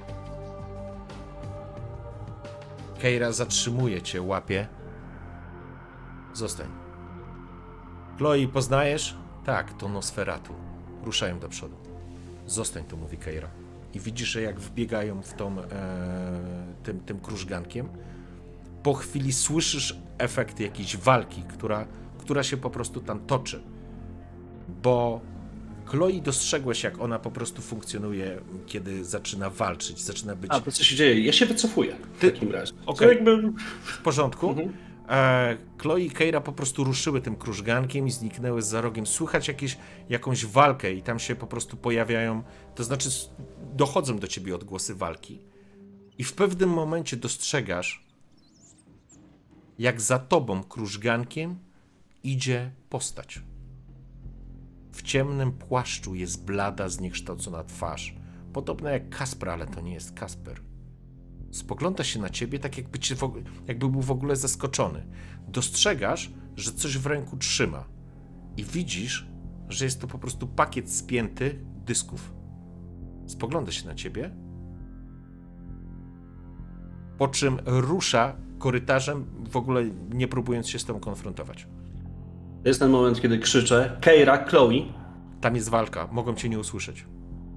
Keira zatrzymuje cię, łapie. Zostań. Chloe, poznajesz? Tak, to Nosferatu. Ruszają do przodu. Zostań tu, mówi Keira. I widzisz, że jak wbiegają w tym krużgankiem, po chwili słyszysz efekt jakiejś walki, która się po prostu tam toczy. bo Chloe dostrzegłeś, jak ona po prostu funkcjonuje, kiedy zaczyna walczyć, zaczyna być...
A, to co się dzieje? Ja się wycofuję w takim razie.
Okej.
Jakby...
W porządku. Chloe i Keira po prostu ruszyły tym krużgankiem i zniknęły za rogiem. Słychać jakąś walkę i tam się po prostu pojawiają, to znaczy dochodzą do ciebie odgłosy walki. I w pewnym momencie dostrzegasz, jak za tobą krużgankiem idzie postać. W ciemnym płaszczu jest blada, zniekształcona twarz. Podobna jak Kasper, ale to nie jest Kasper. Spogląda się na ciebie tak, jakby był w ogóle zaskoczony. Dostrzegasz, że coś w ręku trzyma. I widzisz, że jest to po prostu pakiet spięty dysków. Spogląda się na ciebie, po czym rusza korytarzem, w ogóle nie próbując się z tobą konfrontować.
To jest ten moment, kiedy krzyczę: Keira, Chloe.
Tam jest walka, mogą cię nie usłyszeć.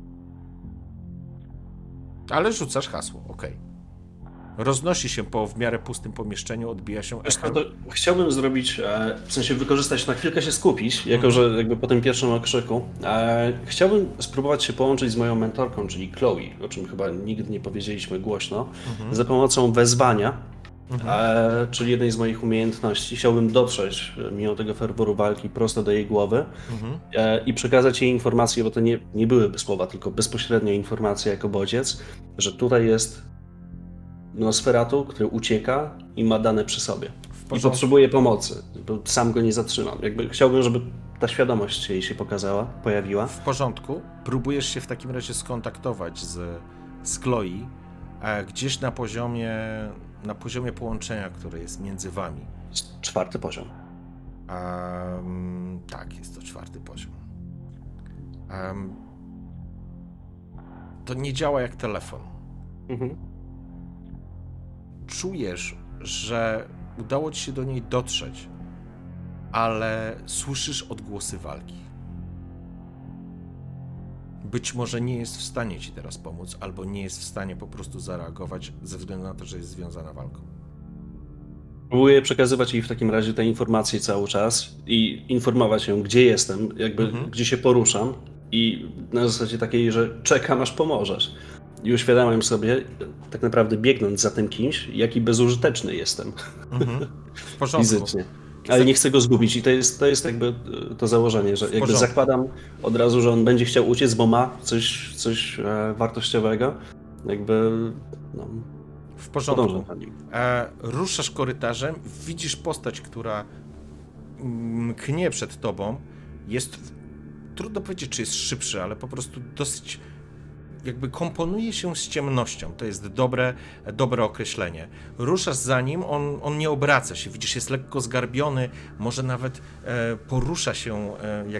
Ale rzucasz hasło, okej. Roznosi się po w miarę pustym pomieszczeniu, odbija się echem.
Chciałbym zrobić, w sensie wykorzystać, na chwilkę się skupić, jako że jakby po tym pierwszym okrzyku. Chciałbym spróbować się połączyć z moją mentorką, czyli Chloe, o czym chyba nigdy nie powiedzieliśmy głośno, za pomocą wezwania, czyli jednej z moich umiejętności. Chciałbym dotrzeć, mimo tego ferworu walki, prosto do jej głowy i przekazać jej informację, bo to nie byłyby słowa, tylko bezpośrednio informacja jako bodziec, że tutaj jest Nosferatu, który ucieka i ma dane przy sobie. I potrzebuje pomocy, bo sam go nie zatrzymam. Jakby chciałbym, żeby ta świadomość jej się pojawiła.
W porządku. Próbujesz się w takim razie skontaktować z Chloe, gdzieś na poziomie połączenia, które jest między wami.
4. poziom.
Tak, jest to 4. poziom. To nie działa jak telefon. Czujesz, że udało ci się do niej dotrzeć, ale słyszysz odgłosy walki. Być może nie jest w stanie ci teraz pomóc, albo nie jest w stanie po prostu zareagować ze względu na to, że jest związana walką.
Próbuję przekazywać jej w takim razie te informacje cały czas i informować ją, gdzie jestem, jakby gdzie się poruszam i na zasadzie takiej, że czekam, aż pomożesz. I uświadamiam sobie, tak naprawdę biegnąc za tym kimś, jaki bezużyteczny jestem.
W porządku.
Fizycznie. Ale nie chcę go zgubić i to jest jakby to założenie, że jakby zakładam od razu, że on będzie chciał uciec, bo ma coś wartościowego. Jakby
w porządku. Ruszasz korytarzem, widzisz postać, która mknie przed tobą. Jest, trudno powiedzieć, czy jest szybszy, ale po prostu dosyć jakby komponuje się z ciemnością. To jest dobre określenie. Ruszasz za nim, on nie obraca się. Widzisz, jest lekko zgarbiony, może nawet porusza się,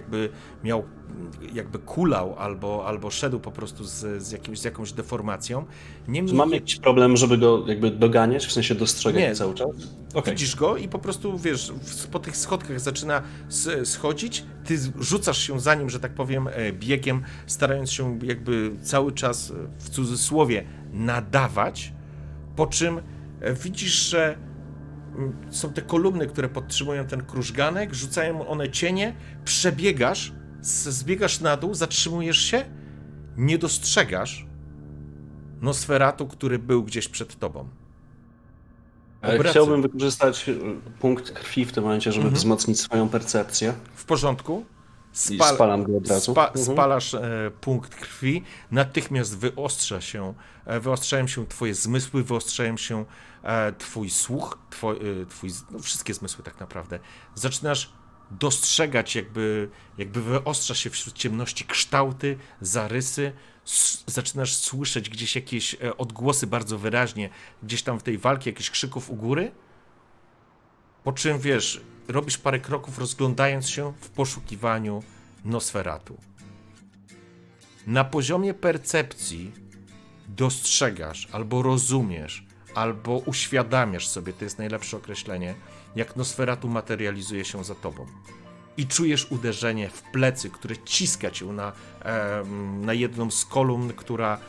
jakby kulał albo szedł po prostu z jakąś deformacją. Niemniej
mam jakiś problem, żeby go jakby doganiać, w sensie dostrzegać cały czas?
Okay. Widzisz go i po prostu, wiesz, po tych schodkach zaczyna schodzić, ty rzucasz się za nim, że tak powiem, biegiem, starając się jakby cały czas, w cudzysłowie, nadawać, po czym widzisz, że są te kolumny, które podtrzymują ten krużganek, rzucają one cienie, przebiegasz, zbiegasz na dół, zatrzymujesz się, nie dostrzegasz Nosferatu, który był gdzieś przed tobą.
Chciałbym wykorzystać punkt krwi w tym momencie, żeby wzmocnić swoją percepcję.
W porządku.
Spalam go od razu.
Spalasz punkt krwi, natychmiast wyostrzają się twoje zmysły, wyostrzają się twój słuch, wszystkie zmysły tak naprawdę. Zaczynasz dostrzegać, jakby wyostrza się wśród ciemności kształty, zarysy, zaczynasz słyszeć gdzieś jakieś odgłosy bardzo wyraźnie, gdzieś tam w tej walki, jakichś krzyków u góry, po czym, wiesz, robisz parę kroków, rozglądając się w poszukiwaniu Nosferatu. Na poziomie percepcji dostrzegasz, albo rozumiesz, albo uświadamiasz sobie, to jest najlepsze określenie, jak Nosferatu materializuje się za tobą. I czujesz uderzenie w plecy, które ciska cię na jedną z kolumn,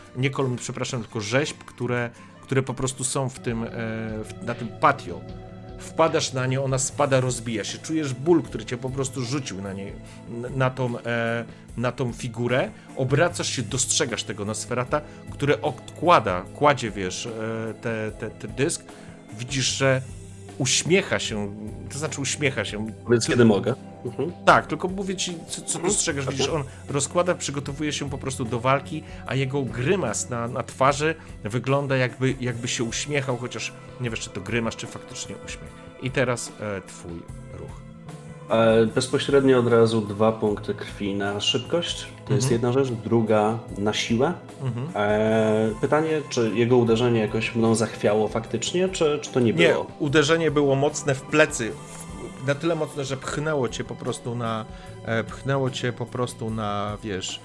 tylko rzeźb, które po prostu są na tym patio. wpadasz na nią, ona spada, rozbija się, czujesz ból, który cię po prostu rzucił na niej, na tą figurę, obracasz się, dostrzegasz tego Nosferata, który kładzie, wiesz, ten dysk, widzisz, że uśmiecha się, to znaczy uśmiecha się.
Więc kiedy mogę?
Tak, tylko mówię ci, co dostrzegasz. Widzisz, on rozkłada, przygotowuje się po prostu do walki, a jego grymas na twarzy wygląda jakby się uśmiechał, chociaż nie wiesz, czy to grymas, czy faktycznie uśmiech. I teraz twój ruch.
Bezpośrednio od razu 2 punkty krwi na szybkość. To jest jedna rzecz. Druga na siłę. Pytanie, czy jego uderzenie jakoś mną zachwiało faktycznie, czy to nie było?
Nie, uderzenie było mocne w plecy. Na tyle mocne, że pchnęło cię po prostu na, wiesz,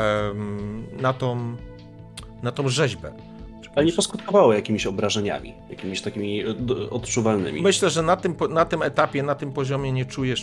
na tą rzeźbę.
Ale nie poskutkowało jakimiś obrażeniami, jakimiś takimi odczuwalnymi.
Myślę, że na tym etapie, na tym poziomie nie czujesz,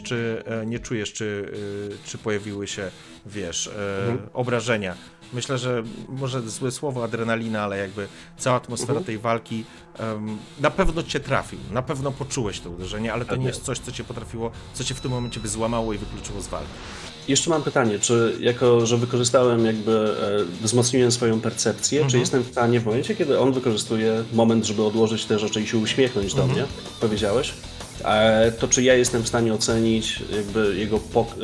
czy pojawiły się, wiesz, obrażenia. Myślę, że może złe słowo adrenalina, ale jakby cała atmosfera tej walki na pewno cię trafił, na pewno poczułeś to uderzenie, ale to nie jest coś, co cię w tym momencie by złamało i wykluczyło z walki.
Jeszcze mam pytanie, czy jako, że wykorzystałem wzmocniłem swoją percepcję, czy jestem w stanie w momencie, kiedy on wykorzystuje moment, żeby odłożyć te rzeczy i się uśmiechnąć do mnie, powiedziałeś, to czy ja jestem w stanie ocenić jakby jego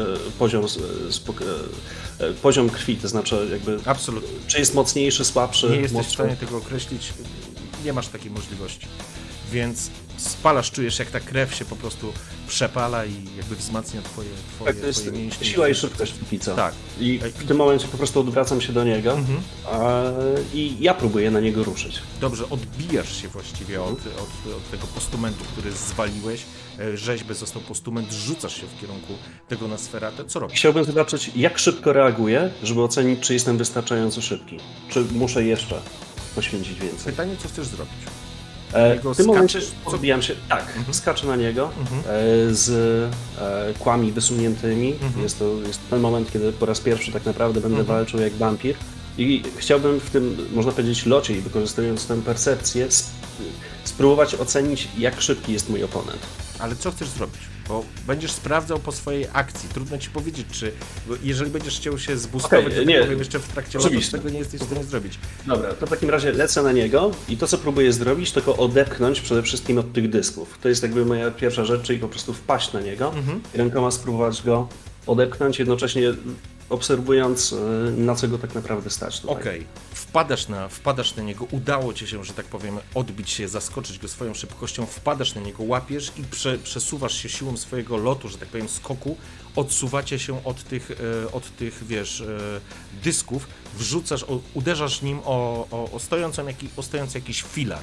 poziom krwi, to znaczy jakby...
Absolutnie.
Czy jest mocniejszy, słabszy?
Nie jesteś w stanie tego określić, nie masz takiej możliwości, więc spalasz, czujesz jak ta krew się po prostu przepala i jakby wzmacnia twoje mięśnie.
Siła i szybkość póki co.
Tak.
I w tym momencie po prostu odwracam się do niego i ja próbuję na niego ruszyć.
Dobrze, odbijasz się właściwie od tego postumentu, który zwaliłeś. Rzeźby został postument, rzucasz się w kierunku tego Nosferatu. Co robisz?
Chciałbym zobaczyć, jak szybko reaguję, żeby ocenić, czy jestem wystarczająco szybki. Czy muszę jeszcze poświęcić więcej.
Pytanie, co chcesz zrobić?
W tym momencie odbijam się, skaczę na niego z kłami wysuniętymi. Jest to ten moment, kiedy po raz pierwszy tak naprawdę będę walczył jak wampir. I chciałbym w tym, można powiedzieć, locie i wykorzystując tę percepcję, spróbować ocenić, jak szybki jest mój oponent.
Ale co chcesz zrobić? Bo będziesz sprawdzał po swojej akcji. Trudno ci powiedzieć, czy jeżeli będziesz chciał się zboostować, to powiem jeszcze w trakcie lotu, tego nie jesteś w stanie zrobić.
Dobra, to w takim razie lecę na niego i to, co próbuję zrobić, to go odepchnąć przede wszystkim od tych dysków. To jest jakby moja pierwsza rzecz, czyli po prostu wpaść na niego i rękoma spróbować go odepchnąć, jednocześnie obserwując, na co go tak naprawdę stać.
Okej. Wpadasz na niego, udało ci się, że tak powiem, odbić się, zaskoczyć go swoją szybkością, wpadasz na niego, łapiesz i przesuwasz się siłą swojego lotu, że tak powiem, skoku, odsuwacie się od tych, wiesz, dysków, wrzucasz, uderzasz nim o stojący jakiś filar.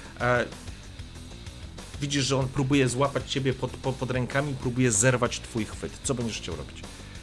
Widzisz, że on próbuje złapać ciebie pod rękami, próbuje zerwać twój chwyt. Co będziesz chciał robić?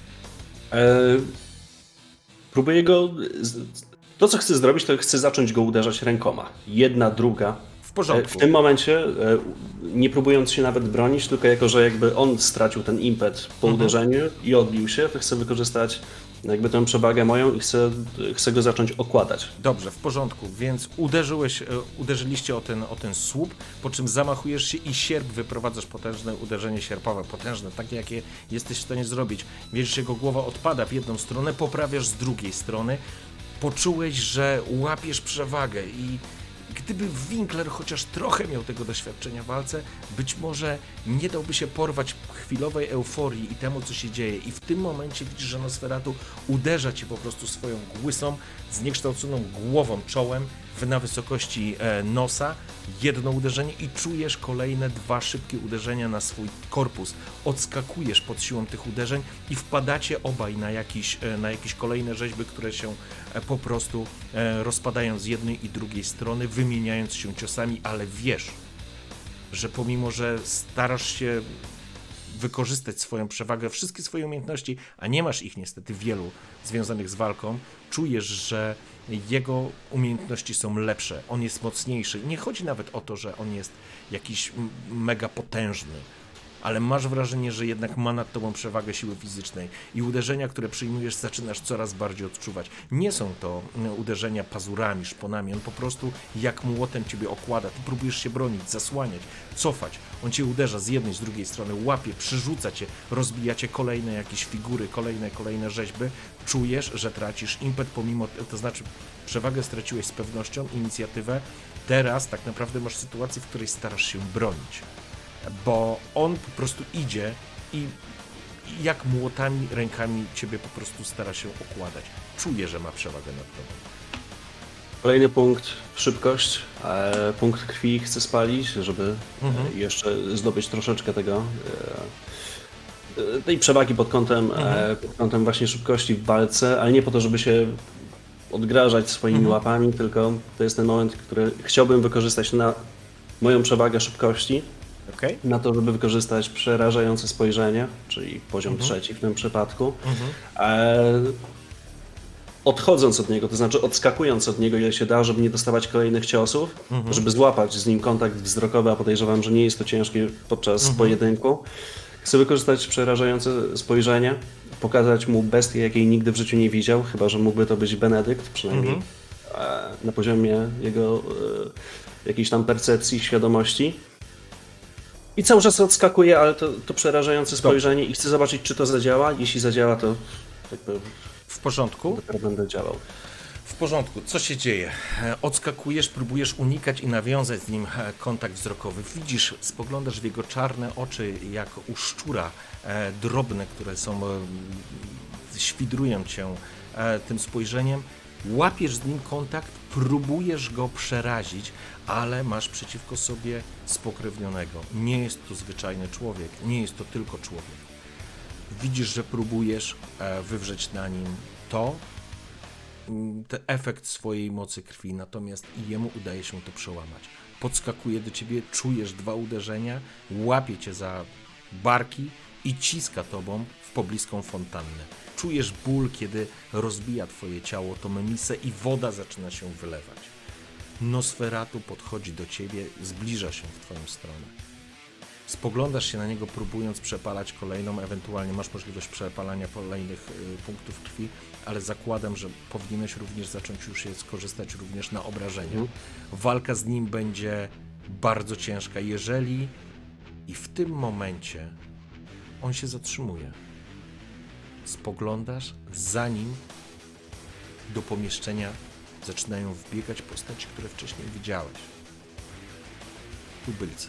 Próbuję go... To, co chcę zrobić, to chcę zacząć go uderzać rękoma. Jedna, druga.
W porządku.
W tym momencie, nie próbując się nawet bronić, tylko jako, że jakby on stracił ten impet po uderzeniu i odbił się, to chcę wykorzystać jakby tę przewagę moją i chcę go zacząć okładać.
Dobrze, w porządku, więc uderzyliście o ten słup, po czym zamachujesz się i sierp wyprowadzasz potężne uderzenie sierpowe, potężne, takie jakie jesteś w stanie zrobić. Wiesz, że jego głowa odpada w jedną stronę, poprawiasz z drugiej strony. Poczułeś, że łapiesz przewagę i gdyby Winkler chociaż trochę miał tego doświadczenia w walce, być może nie dałby się porwać chwilowej euforii i temu, co się dzieje. I w tym momencie widzisz, że Nosferatu uderza cię po prostu swoją łysą, zniekształconą głową, czołem na wysokości nosa. Jedno uderzenie i czujesz kolejne 2 szybkie uderzenia na swój korpus. Odskakujesz pod siłą tych uderzeń i wpadacie obaj na jakieś kolejne rzeźby, które się po prostu rozpadają z jednej i drugiej strony, wymieniając się ciosami, ale wiesz, że pomimo, że starasz się wykorzystać swoją przewagę, wszystkie swoje umiejętności, a nie masz ich niestety wielu związanych z walką, czujesz, że jego umiejętności są lepsze, on jest mocniejszy. Nie chodzi nawet o to, że on jest jakiś mega potężny. ale masz wrażenie, że jednak ma nad tobą przewagę siły fizycznej i uderzenia, które przyjmujesz, zaczynasz coraz bardziej odczuwać. Nie są to uderzenia pazurami, szponami, on po prostu jak młotem ciebie okłada, ty próbujesz się bronić, zasłaniać, cofać, on cię uderza z jednej, z drugiej strony, łapie, przyrzuca cię, rozbija cię kolejne jakieś figury, kolejne rzeźby, czujesz, że tracisz impet pomimo, to znaczy przewagę straciłeś z pewnością, inicjatywę, teraz tak naprawdę masz sytuację, w której starasz się bronić, bo on po prostu idzie i jak młotami, rękami ciebie po prostu stara się okładać. Czuje, że ma przewagę nad tobą.
Kolejny punkt, szybkość. Punkt krwi chcę spalić, żeby jeszcze zdobyć troszeczkę tej przewagi pod kątem właśnie szybkości w walce, ale nie po to, żeby się odgrażać swoimi łapami, tylko to jest ten moment, który chciałbym wykorzystać na moją przewagę szybkości, na to, żeby wykorzystać przerażające spojrzenie, czyli poziom trzeci w tym przypadku. Odchodząc od niego, to znaczy odskakując od niego ile się da, żeby nie dostawać kolejnych ciosów, żeby złapać z nim kontakt wzrokowy, a podejrzewam, że nie jest to ciężkie podczas pojedynku. Chcę wykorzystać przerażające spojrzenie, pokazać mu bestię, jakiej nigdy w życiu nie widział, chyba że mógłby to być Benedykt, przynajmniej na poziomie jego jakiejś tam percepcji, świadomości. I cały czas odskakuje, ale to przerażające spojrzenie i chcę zobaczyć, czy to zadziała. Jeśli zadziała, to jakby
w porządku?
Dopiero będę działał.
W porządku. Co się dzieje? Odskakujesz, próbujesz unikać i nawiązać z nim kontakt wzrokowy. Widzisz, spoglądasz w jego czarne oczy, jak u szczura, drobne, które są, świdrują cię tym spojrzeniem. Łapiesz z nim kontakt, próbujesz go przerazić, ale masz przeciwko sobie spokrewnionego. Nie jest to zwyczajny człowiek, nie jest to tylko człowiek. Widzisz, że próbujesz wywrzeć na nim ten efekt swojej mocy krwi, natomiast jemu udaje się to przełamać. Podskakuje do ciebie, czujesz 2 uderzenia, łapie cię za barki i ciska tobą w pobliską fontannę. Czujesz ból, kiedy rozbija twoje ciało to memisę i woda zaczyna się wylewać. Nosferatu podchodzi do ciebie, zbliża się w twoją stronę. Spoglądasz się na niego, próbując przepalać kolejną, ewentualnie masz możliwość przepalania kolejnych punktów krwi, ale zakładam, że powinieneś również zacząć już skorzystać również na obrażenia. Walka z nim będzie bardzo ciężka, jeżeli i w tym momencie on się zatrzymuje. Spoglądasz, zanim do pomieszczenia zaczynają wbiegać postaci, które wcześniej widziałeś. Tubylcy.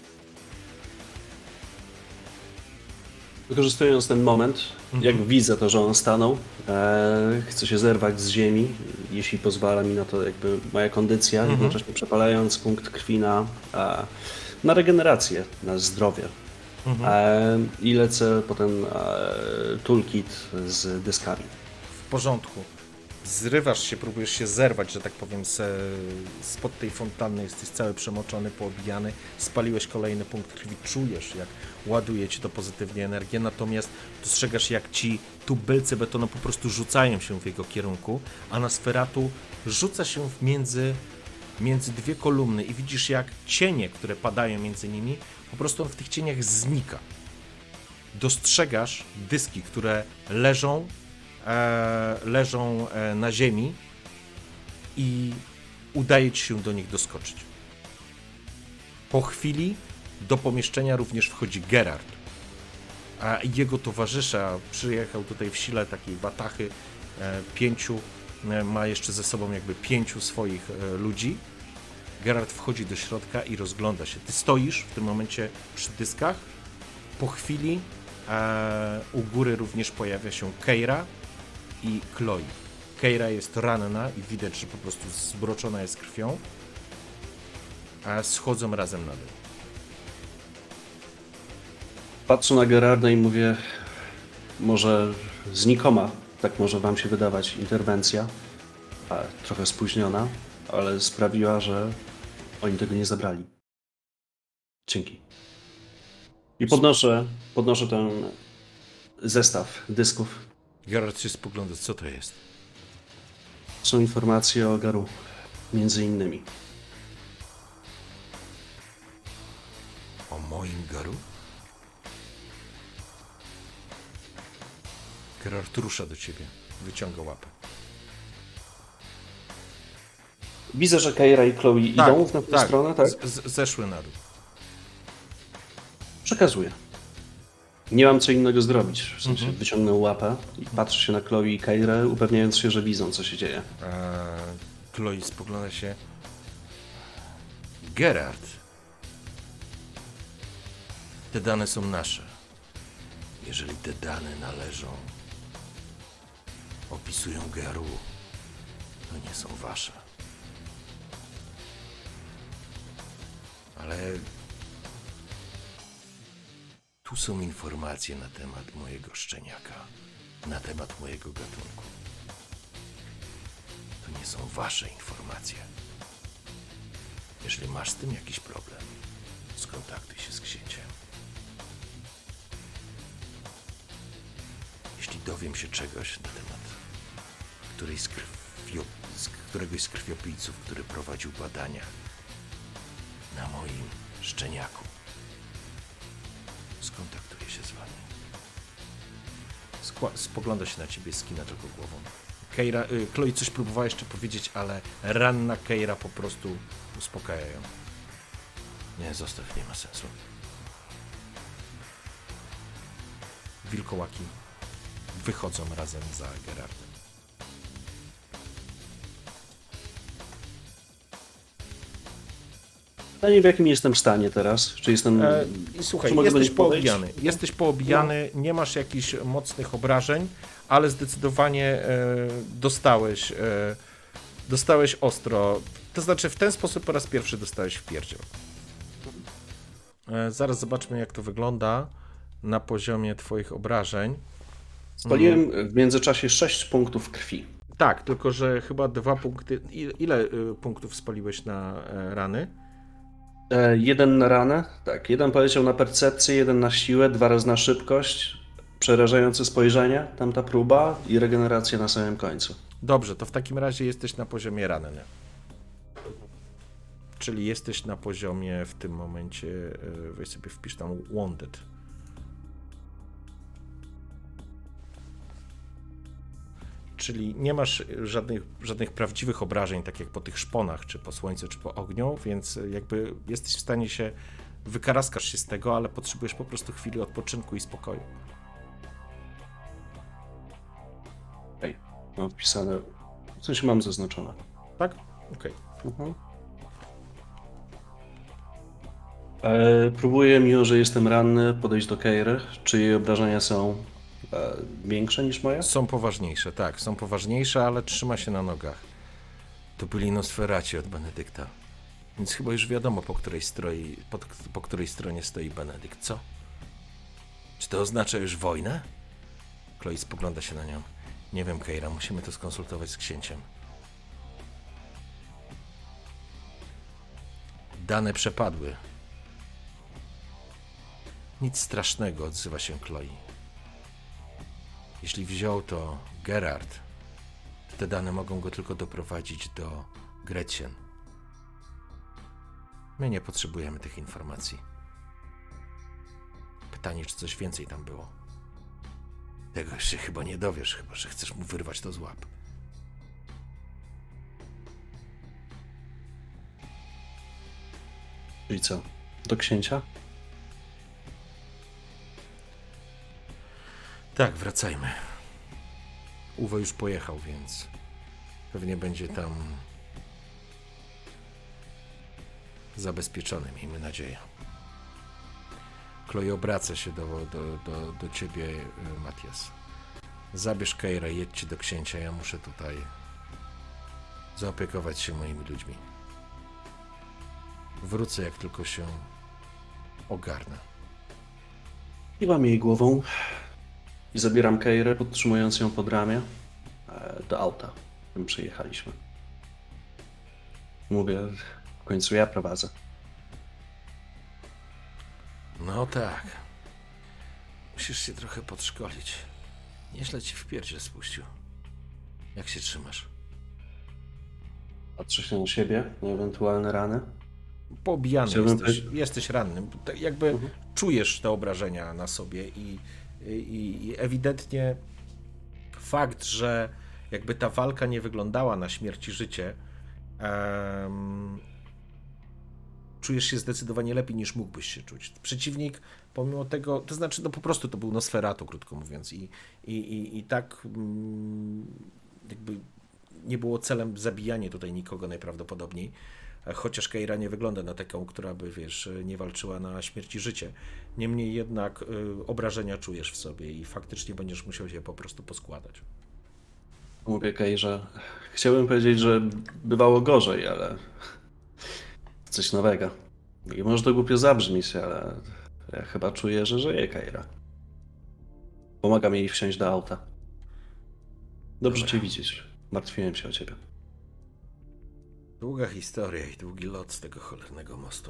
Wykorzystując ten moment, jak widzę to, że on stanął, chcę się zerwać z ziemi, jeśli pozwala mi na to jakby moja kondycja, jednocześnie przepalając punkt krwi na regenerację, na zdrowie. I lecę potem toolkit z dyskami.
W porządku. Zrywasz się, próbujesz się zerwać, że tak powiem, spod tej fontanny, jesteś cały przemoczony, poobijany, spaliłeś kolejny punkt krwi, czujesz, jak ładuje ci to pozytywnie energię, natomiast dostrzegasz, jak ci tubylcy betonu po prostu rzucają się w jego kierunku, a Nosferatu rzuca się między 2 kolumny i widzisz, jak cienie, które padają między nimi, po prostu on w tych cieniach znika. Dostrzegasz dyski, które leżą na ziemi i udaje ci się do nich doskoczyć. Po chwili do pomieszczenia również wchodzi Gerard, a jego towarzysza przyjechał tutaj w sile takiej watachy 5, ma jeszcze ze sobą jakby 5 swoich ludzi. Gerard wchodzi do środka i rozgląda się. Ty stoisz w tym momencie przy dyskach. Po chwili u góry również pojawia się Keira i Chloe. Keira jest ranna i widać, że po prostu zbroczona jest krwią, a schodzą razem na dół.
Patrzę na Gerarda i mówię, może znikoma, tak może wam się wydawać, interwencja, trochę spóźniona, ale sprawiła, że oni tego nie zabrali. Dzięki. I podnoszę ten zestaw dysków.
Gerard się spogląda, co to jest?
Są informacje o Garu, między innymi.
O moim Garu? Geralt rusza do ciebie. Wyciąga łapę.
Widzę, że Keira i Chloe idą w tę stronę, tak?
Zeszły na dół.
Przekazuję. Nie mam co innego zrobić. W sensie wyciągnę łapę i patrzę się na Chloe i Keirę, upewniając się, że widzą, co się dzieje.
Chloe spogląda się. Geralt. Te dane są nasze. Jeżeli te dane należą, opisują Geru, to nie są wasze. Ale tu są informacje na temat mojego szczeniaka, na temat mojego gatunku. To nie są wasze informacje. Jeżeli masz z tym jakiś problem, skontaktuj się z księciem. Jeśli dowiem się czegoś na temat któregoś z krwiopijców, który prowadził badania na moim szczeniaku, skontaktuję się z wami. Spogląda się na ciebie, skina tylko głową. Chloe coś próbowała jeszcze powiedzieć, ale ranna Keira po prostu uspokaja ją. Nie, zostaw, nie ma sensu. Wilkołaki wychodzą razem za Gerardem.
Pytanie, w jakim jestem stanie teraz? Czy jestem...
Słuchaj,
czy
jesteś poobijany. Jesteś poobijany, nie masz jakichś mocnych obrażeń, ale zdecydowanie dostałeś ostro. To znaczy w ten sposób po raz pierwszy dostałeś w pierdziel. Zaraz zobaczmy, jak to wygląda na poziomie twoich obrażeń.
Spaliłem w międzyczasie 6 punktów krwi.
Tak, tylko że chyba 2 punkty. Ile punktów spaliłeś na rany?
1 na ranę, tak. 1 poleciał na percepcję, 1 na siłę, 2 razy na szybkość, przerażające spojrzenie, tamta próba i regeneracja na samym końcu.
Dobrze, to w takim razie jesteś na poziomie ranny. Czyli jesteś na poziomie w tym momencie, weź sobie wpisz tam wounded. Czyli nie masz żadnych prawdziwych obrażeń, tak jak po tych szponach, czy po słońcu, czy po ogniu, więc jakby jesteś w stanie się, wykaraskasz się z tego, ale potrzebujesz po prostu chwili odpoczynku i spokoju.
Okej, mam wpisane, w sensie mam zaznaczone.
Tak? Okej.
Próbuję, mimo że jestem ranny, podejść do Keiry. Czy jej obrażenia są większe niż moje?
Są poważniejsze, tak, są poważniejsze, ale trzyma się na nogach. To byli Nosferaci od Benedykta. Więc chyba już wiadomo, po której stronie stoi Benedykt, co? Czy to oznacza już wojnę? Chloe spogląda się na nią. Nie wiem, Keira, musimy to skonsultować z księciem. Dane przepadły. Nic strasznego, odzywa się Chloe. Jeśli wziął to Gerard, to te dane mogą go tylko doprowadzić do Gretchen. My nie potrzebujemy tych informacji. Pytanie, czy coś więcej tam było. Tego się chyba nie dowiesz, chyba że chcesz mu wyrwać to z łap.
Czyli co? Do księcia?
Tak, wracajmy. Uwe już pojechał, więc pewnie będzie tam zabezpieczony, miejmy nadzieję. Chloe obraca się do ciebie, Matias. Zabierz Keirę, jedźcie do księcia, ja muszę tutaj zaopiekować się moimi ludźmi. Wrócę, jak tylko się ogarnę.
Kiwam jej głową i zabieram Keirę, podtrzymując ją pod ramię do auta, którym przyjechaliśmy. Mówię, w końcu ja prowadzę.
No tak. Musisz się trochę podszkolić. Nieźle ci w pierdziel spuścił. Jak się trzymasz?
Patrzę się na siebie, na ewentualne rany.
Poobijany jesteś rannym. Tak jakby czujesz te obrażenia na sobie i ewidentnie fakt, że jakby ta walka nie wyglądała na śmierć i życie, czujesz się zdecydowanie lepiej niż mógłbyś się czuć. Przeciwnik, pomimo tego, to znaczy, no po prostu to był Nosferatu, krótko mówiąc, i tak jakby nie było celem zabijanie tutaj nikogo najprawdopodobniej, chociaż Keira nie wygląda na taką, która by, wiesz, nie walczyła na śmierć i życie. Niemniej jednak obrażenia czujesz w sobie i faktycznie będziesz musiał się po prostu poskładać.
Mówię Keirze, chciałbym powiedzieć, że bywało gorzej, ale coś nowego. I może to głupio zabrzmieć, ale ja chyba czuję, że żyje Keira. Pomagam jej wsiąść do auta. Dobrze
Dobra.
cię widzieć. Martwiłem się o ciebie.
Długa historia i długi lot z tego cholernego mostu.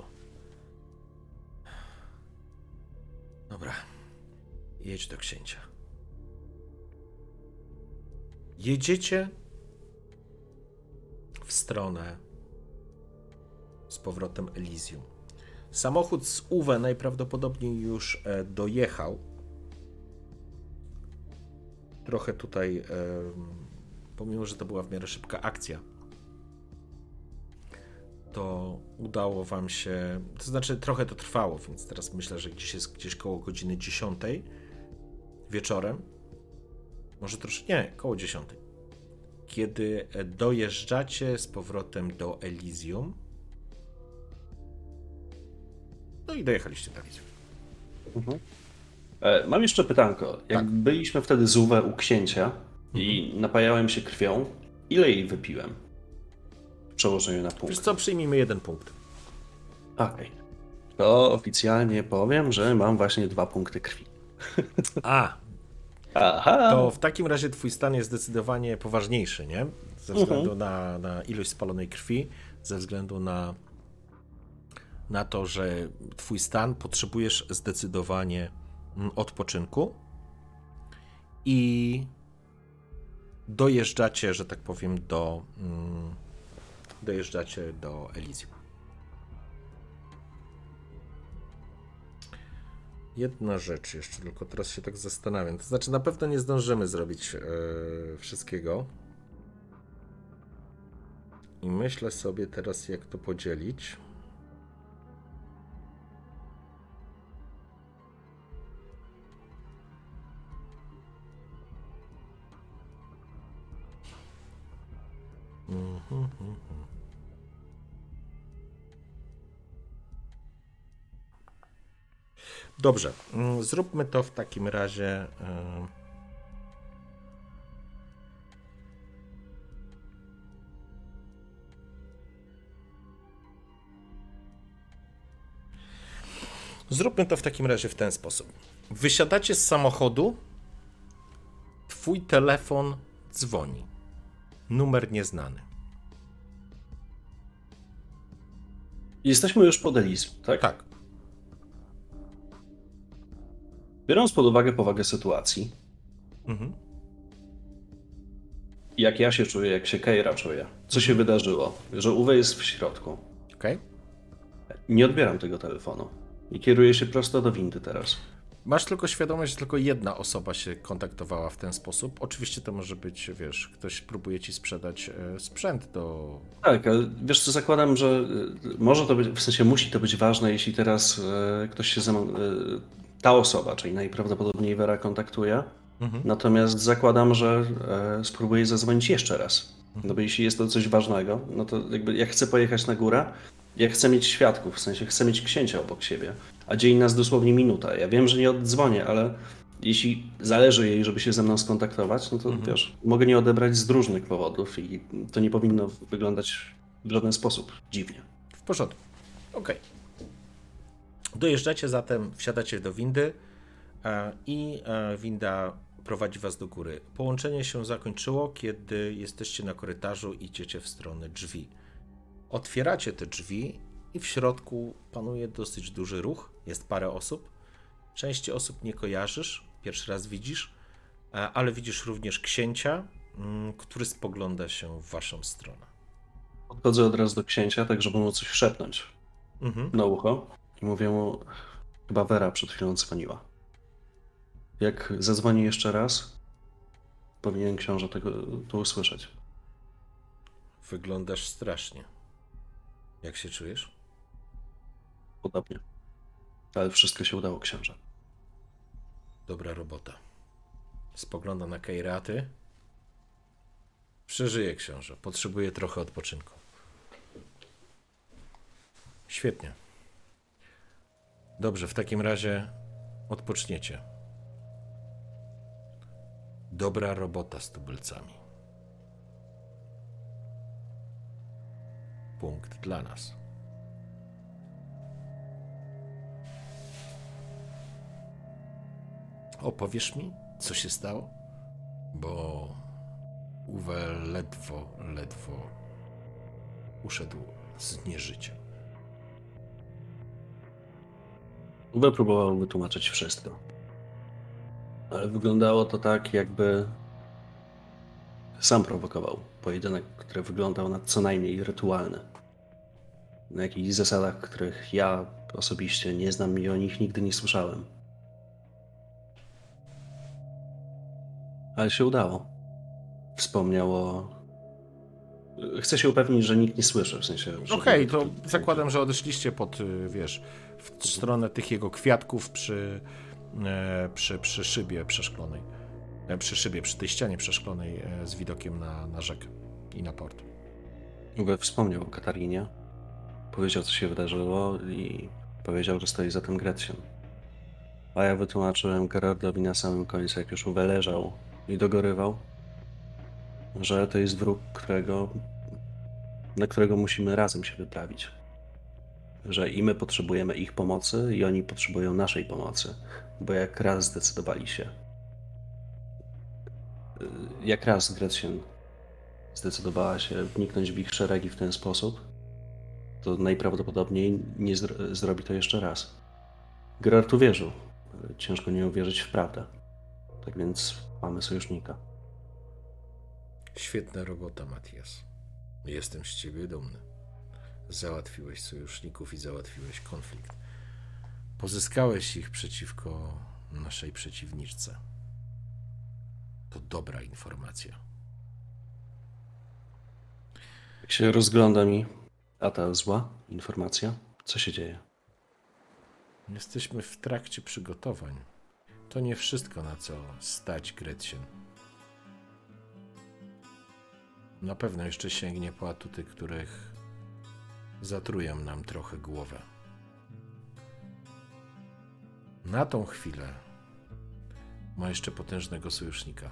Dobra, jedź do księcia. Jedziecie w stronę z powrotem Elysium. Samochód z Uwe najprawdopodobniej już dojechał. Trochę tutaj, pomimo że to była w miarę szybka akcja, to udało wam się, to znaczy trochę to trwało, więc teraz myślę, że gdzieś koło godziny 10 wieczorem, może troszkę, nie, koło 10, kiedy dojeżdżacie z powrotem do Elysium. No i dojechaliście do Elysium.
Mhm. Mam jeszcze pytanko. Jak
Tak.
byliśmy wtedy z Uwe u księcia i napajałem się krwią, ile jej wypiłem? W przełożeniu na punkt.
Wiesz co, przyjmijmy 1 punkt.
Okej. To oficjalnie powiem, że mam właśnie 2 punkty krwi. Aha!
To w takim razie twój stan jest zdecydowanie poważniejszy, nie? Ze względu na ilość spalonej krwi, ze względu na to, że twój stan potrzebujesz zdecydowanie odpoczynku i dojeżdżacie, że tak powiem, dojeżdżacie do Elysium. Jedna rzecz jeszcze, tylko teraz się tak zastanawiam. To znaczy, na pewno nie zdążymy zrobić wszystkiego. I myślę sobie teraz, jak to podzielić. Dobrze, zróbmy to w takim razie. Zróbmy to w takim razie w ten sposób. Wysiadacie z samochodu, twój telefon dzwoni. Numer nieznany.
Jesteśmy już pod Elysium, tak?
Tak.
Biorąc pod uwagę powagę sytuacji, jak ja się czuję, jak się Keira czuje, co się wydarzyło, że Uwe jest w środku.
Okej.
Nie odbieram tego telefonu i kieruję się prosto do windy teraz.
Masz tylko świadomość, że tylko jedna osoba się kontaktowała w ten sposób. Oczywiście to może być, wiesz, ktoś próbuje ci sprzedać sprzęt do...
Tak, ale wiesz co, zakładam, że może to być, w sensie musi to być ważne, jeśli teraz ktoś się ze mną, ta osoba, czyli najprawdopodobniej Vera kontaktuje, natomiast zakładam, że spróbuję zadzwonić jeszcze raz. No bo jeśli jest to coś ważnego, no to jakby ja chcę pojechać na górę, ja chcę mieć świadków, w sensie chcę mieć księcia obok siebie, a dzieli nas dosłownie minuta. Ja wiem, że nie oddzwonię, ale jeśli zależy jej, żeby się ze mną skontaktować, no to wiesz, mogę nie odebrać z różnych powodów i to nie powinno wyglądać w żaden sposób dziwnie.
W porządku. Okej. Dojeżdżacie zatem, wsiadacie do windy i winda prowadzi was do góry. Połączenie się zakończyło, kiedy jesteście na korytarzu i idziecie w stronę drzwi. Otwieracie te drzwi i w środku panuje dosyć duży ruch. Jest parę osób. Części osób nie kojarzysz, pierwszy raz widzisz, ale widzisz również księcia, który spogląda się w waszą stronę.
Podchodzę od razu do księcia, tak żeby mu coś szepnąć na ucho i mówię mu, chyba Vera przed chwilą dzwoniła. Jak zadzwoni jeszcze raz, powinien książę to usłyszeć.
Wyglądasz strasznie. Jak się czujesz?
Podobnie. Ale wszystko się udało, księże.
Dobra robota. Spogląda na Kejraty. Przeżyje książę. Potrzebuje trochę odpoczynku. Świetnie. Dobrze, w takim razie odpoczniecie. Dobra robota z tubylcami. Punkt dla nas. Opowiesz mi, co się stało? Bo Uwe ledwo uszedł z nieżycia.
Uwe próbował wytłumaczyć wszystko. Ale wyglądało to tak, jakby sam prowokował pojedynek, który wyglądał na co najmniej rytualny. Na jakichś zasadach, których ja osobiście nie znam i o nich nigdy nie słyszałem. Ale się udało. Wspomniał o... Chcę się upewnić, że nikt nie słyszy, w sensie...
Okej, to zakładam, że odeszliście pod, wiesz, w stronę tych jego kwiatków przy szybie przeszklonej. Przy tej ścianie przeszklonej z widokiem na rzekę i na port.
Uwe wspomniał o Katarinie. Powiedział, co się wydarzyło i powiedział, że stoi za tym Gretchen. A ja wytłumaczyłem Gerardowi na samym końcu, jak już Uwe leżał i dogorywał, że to jest wróg, na którego musimy razem się wyprawić. Że i my potrzebujemy ich pomocy, i oni potrzebują naszej pomocy. Bo jak raz Gretchen zdecydowała się wniknąć w ich szeregi w ten sposób, to najprawdopodobniej nie zrobi to jeszcze raz. Gerard uwierzył. Ciężko nie uwierzyć w prawdę. Tak więc mamy sojusznika.
Świetna robota, Matias. Jestem z ciebie dumny. Załatwiłeś sojuszników i załatwiłeś konflikt. Pozyskałeś ich przeciwko naszej przeciwniczce. To dobra informacja.
Jak się rozglądam a ta zła informacja, co się dzieje?
Jesteśmy w trakcie przygotowań. To nie wszystko, na co stać Gretchen. Na pewno jeszcze sięgnie po atuty, których zatrują nam trochę głowę. Na tą chwilę ma jeszcze potężnego sojusznika.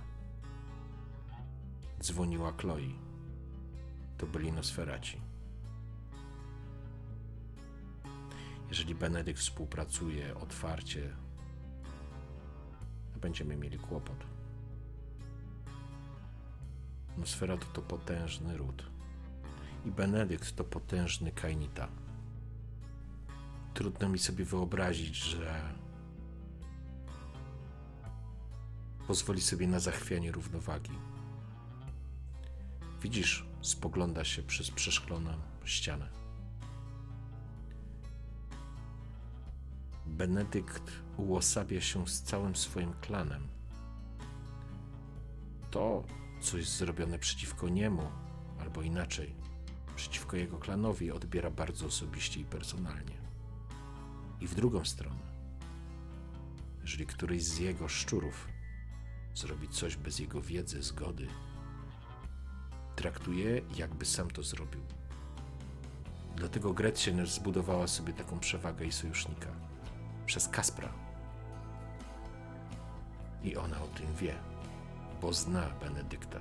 Dzwoniła Chloe. To byli Nosferaci. Jeżeli Benedykt współpracuje otwarcie, będziemy mieli kłopot. Nosferatu to potężny ród. I Benedykt to potężny Kainita. Trudno mi sobie wyobrazić, że pozwoli sobie na zachwianie równowagi. Widzisz, spogląda się przez przeszkloną ścianę. Benedykt uosabia się z całym swoim klanem. To coś zrobione przeciwko niemu, albo inaczej, przeciwko jego klanowi odbiera bardzo osobiście i personalnie. I w drugą stronę, jeżeli któryś z jego szczurów zrobi coś bez jego wiedzy, zgody, traktuje, jakby sam to zrobił. Dlatego Gretchen zbudowała sobie taką przewagę i sojusznika. Przez Kaspra. I ona o tym wie, bo zna Benedykta.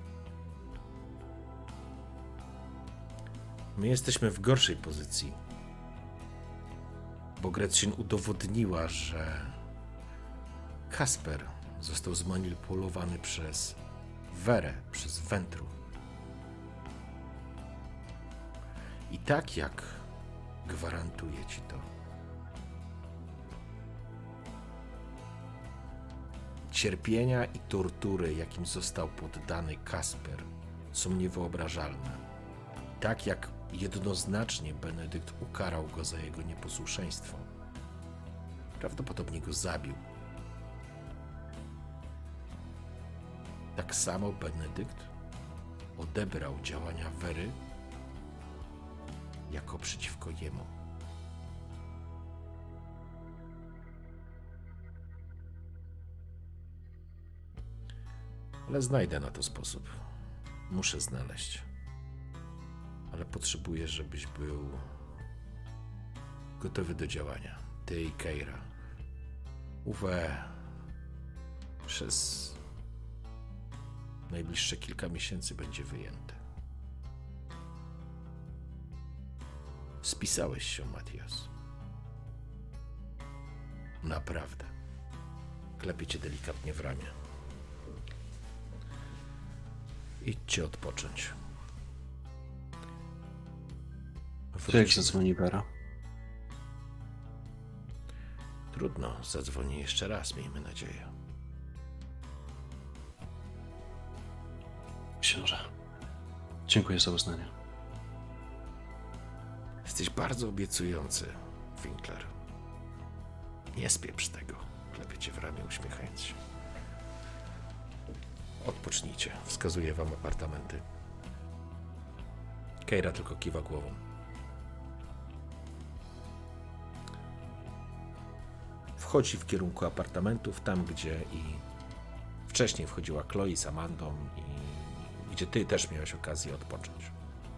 My jesteśmy w gorszej pozycji, bo Gretchen udowodniła, że Kasper został zmanipulowany przez Werę, przez Wentru. I tak jak gwarantuję ci to, cierpienia i tortury, jakim został poddany Kasper, są niewyobrażalne. Tak jak jednoznacznie Benedykt ukarał go za jego nieposłuszeństwo. Prawdopodobnie go zabił. Tak samo Benedykt odebrał działania Wery jako przeciwko jemu. Ale znajdę na to sposób. Muszę znaleźć. Ale potrzebuję, żebyś był gotowy do działania. Ty i Keira. Uwe, przez najbliższe kilka miesięcy będzie wyjęte. Spisałeś się, Matias. Naprawdę. Klepię cię delikatnie w ramię. Idźcie odpocząć.
Co jak zadzwoni Vera?
Trudno, zadzwoni jeszcze raz, miejmy nadzieję.
Książę, dziękuję za uznanie.
Jesteś bardzo obiecujący, Winkler. Nie spieprz tego. Klepię cię w ramię, uśmiechając się. Odpocznijcie. Wskazuję wam apartamenty. Keira tylko kiwa głową. Wchodzi w kierunku apartamentów, tam gdzie i wcześniej wchodziła Chloe z Amandą i gdzie ty też miałeś okazję odpocząć.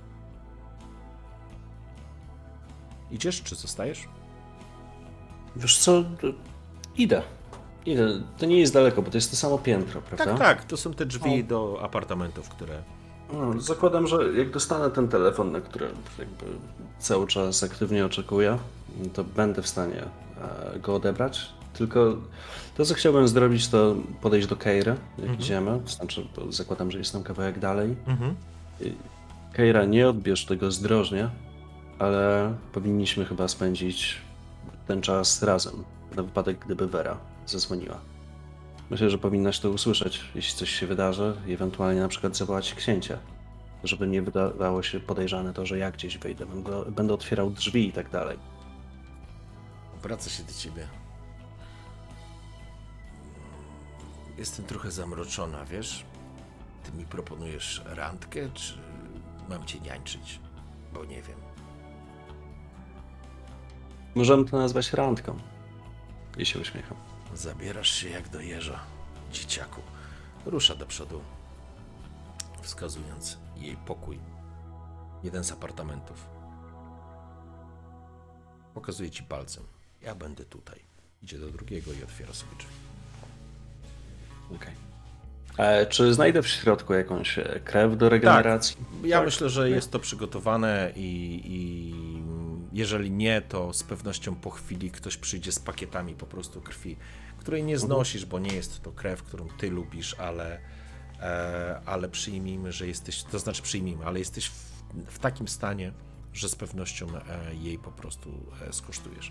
Idziesz, czy zostajesz?
Wiesz co, idę. To nie jest daleko, bo to jest to samo piętro, prawda?
Tak, to są te drzwi do apartamentów, które...
No, zakładam, że jak dostanę ten telefon, na który jakby cały czas aktywnie oczekuję, to będę w stanie go odebrać. Tylko to, co chciałbym zrobić, to podejść do Keiry, jak idziemy. To znaczy, bo zakładam, że jest tam kawałek dalej. Keira, nie odbierz tego zdrożnie, ale powinniśmy chyba spędzić ten czas razem, na wypadek, gdyby Vera zadzwoniła. Myślę, że powinnaś to usłyszeć, jeśli coś się wydarzy i ewentualnie na przykład zawołać księcia, żeby nie wydawało się podejrzane to, że ja gdzieś wejdę, będę otwierał drzwi i tak dalej.
Obraca się do ciebie. Jestem trochę zamroczona, wiesz? Ty mi proponujesz randkę, czy mam cię niańczyć? Bo nie wiem.
Możemy to nazwać randką. I się uśmiecham.
Zabierasz się jak do jeża, dzieciaku. Rusza do przodu, wskazując jej pokój. Jeden z apartamentów. Pokazuje ci palcem. Ja będę tutaj. Idzie do drugiego i otwiera sobie drzwi.
Okej. Czy znajdę w środku jakąś krew do regeneracji?
Ja myślę, że jest to przygotowane i jeżeli nie, to z pewnością po chwili ktoś przyjdzie z pakietami po prostu krwi, której nie znosisz, bo nie jest to krew, którą ty lubisz, ale przyjmijmy, że jesteś, to znaczy przyjmijmy, ale jesteś w takim stanie, że z pewnością jej po prostu skosztujesz.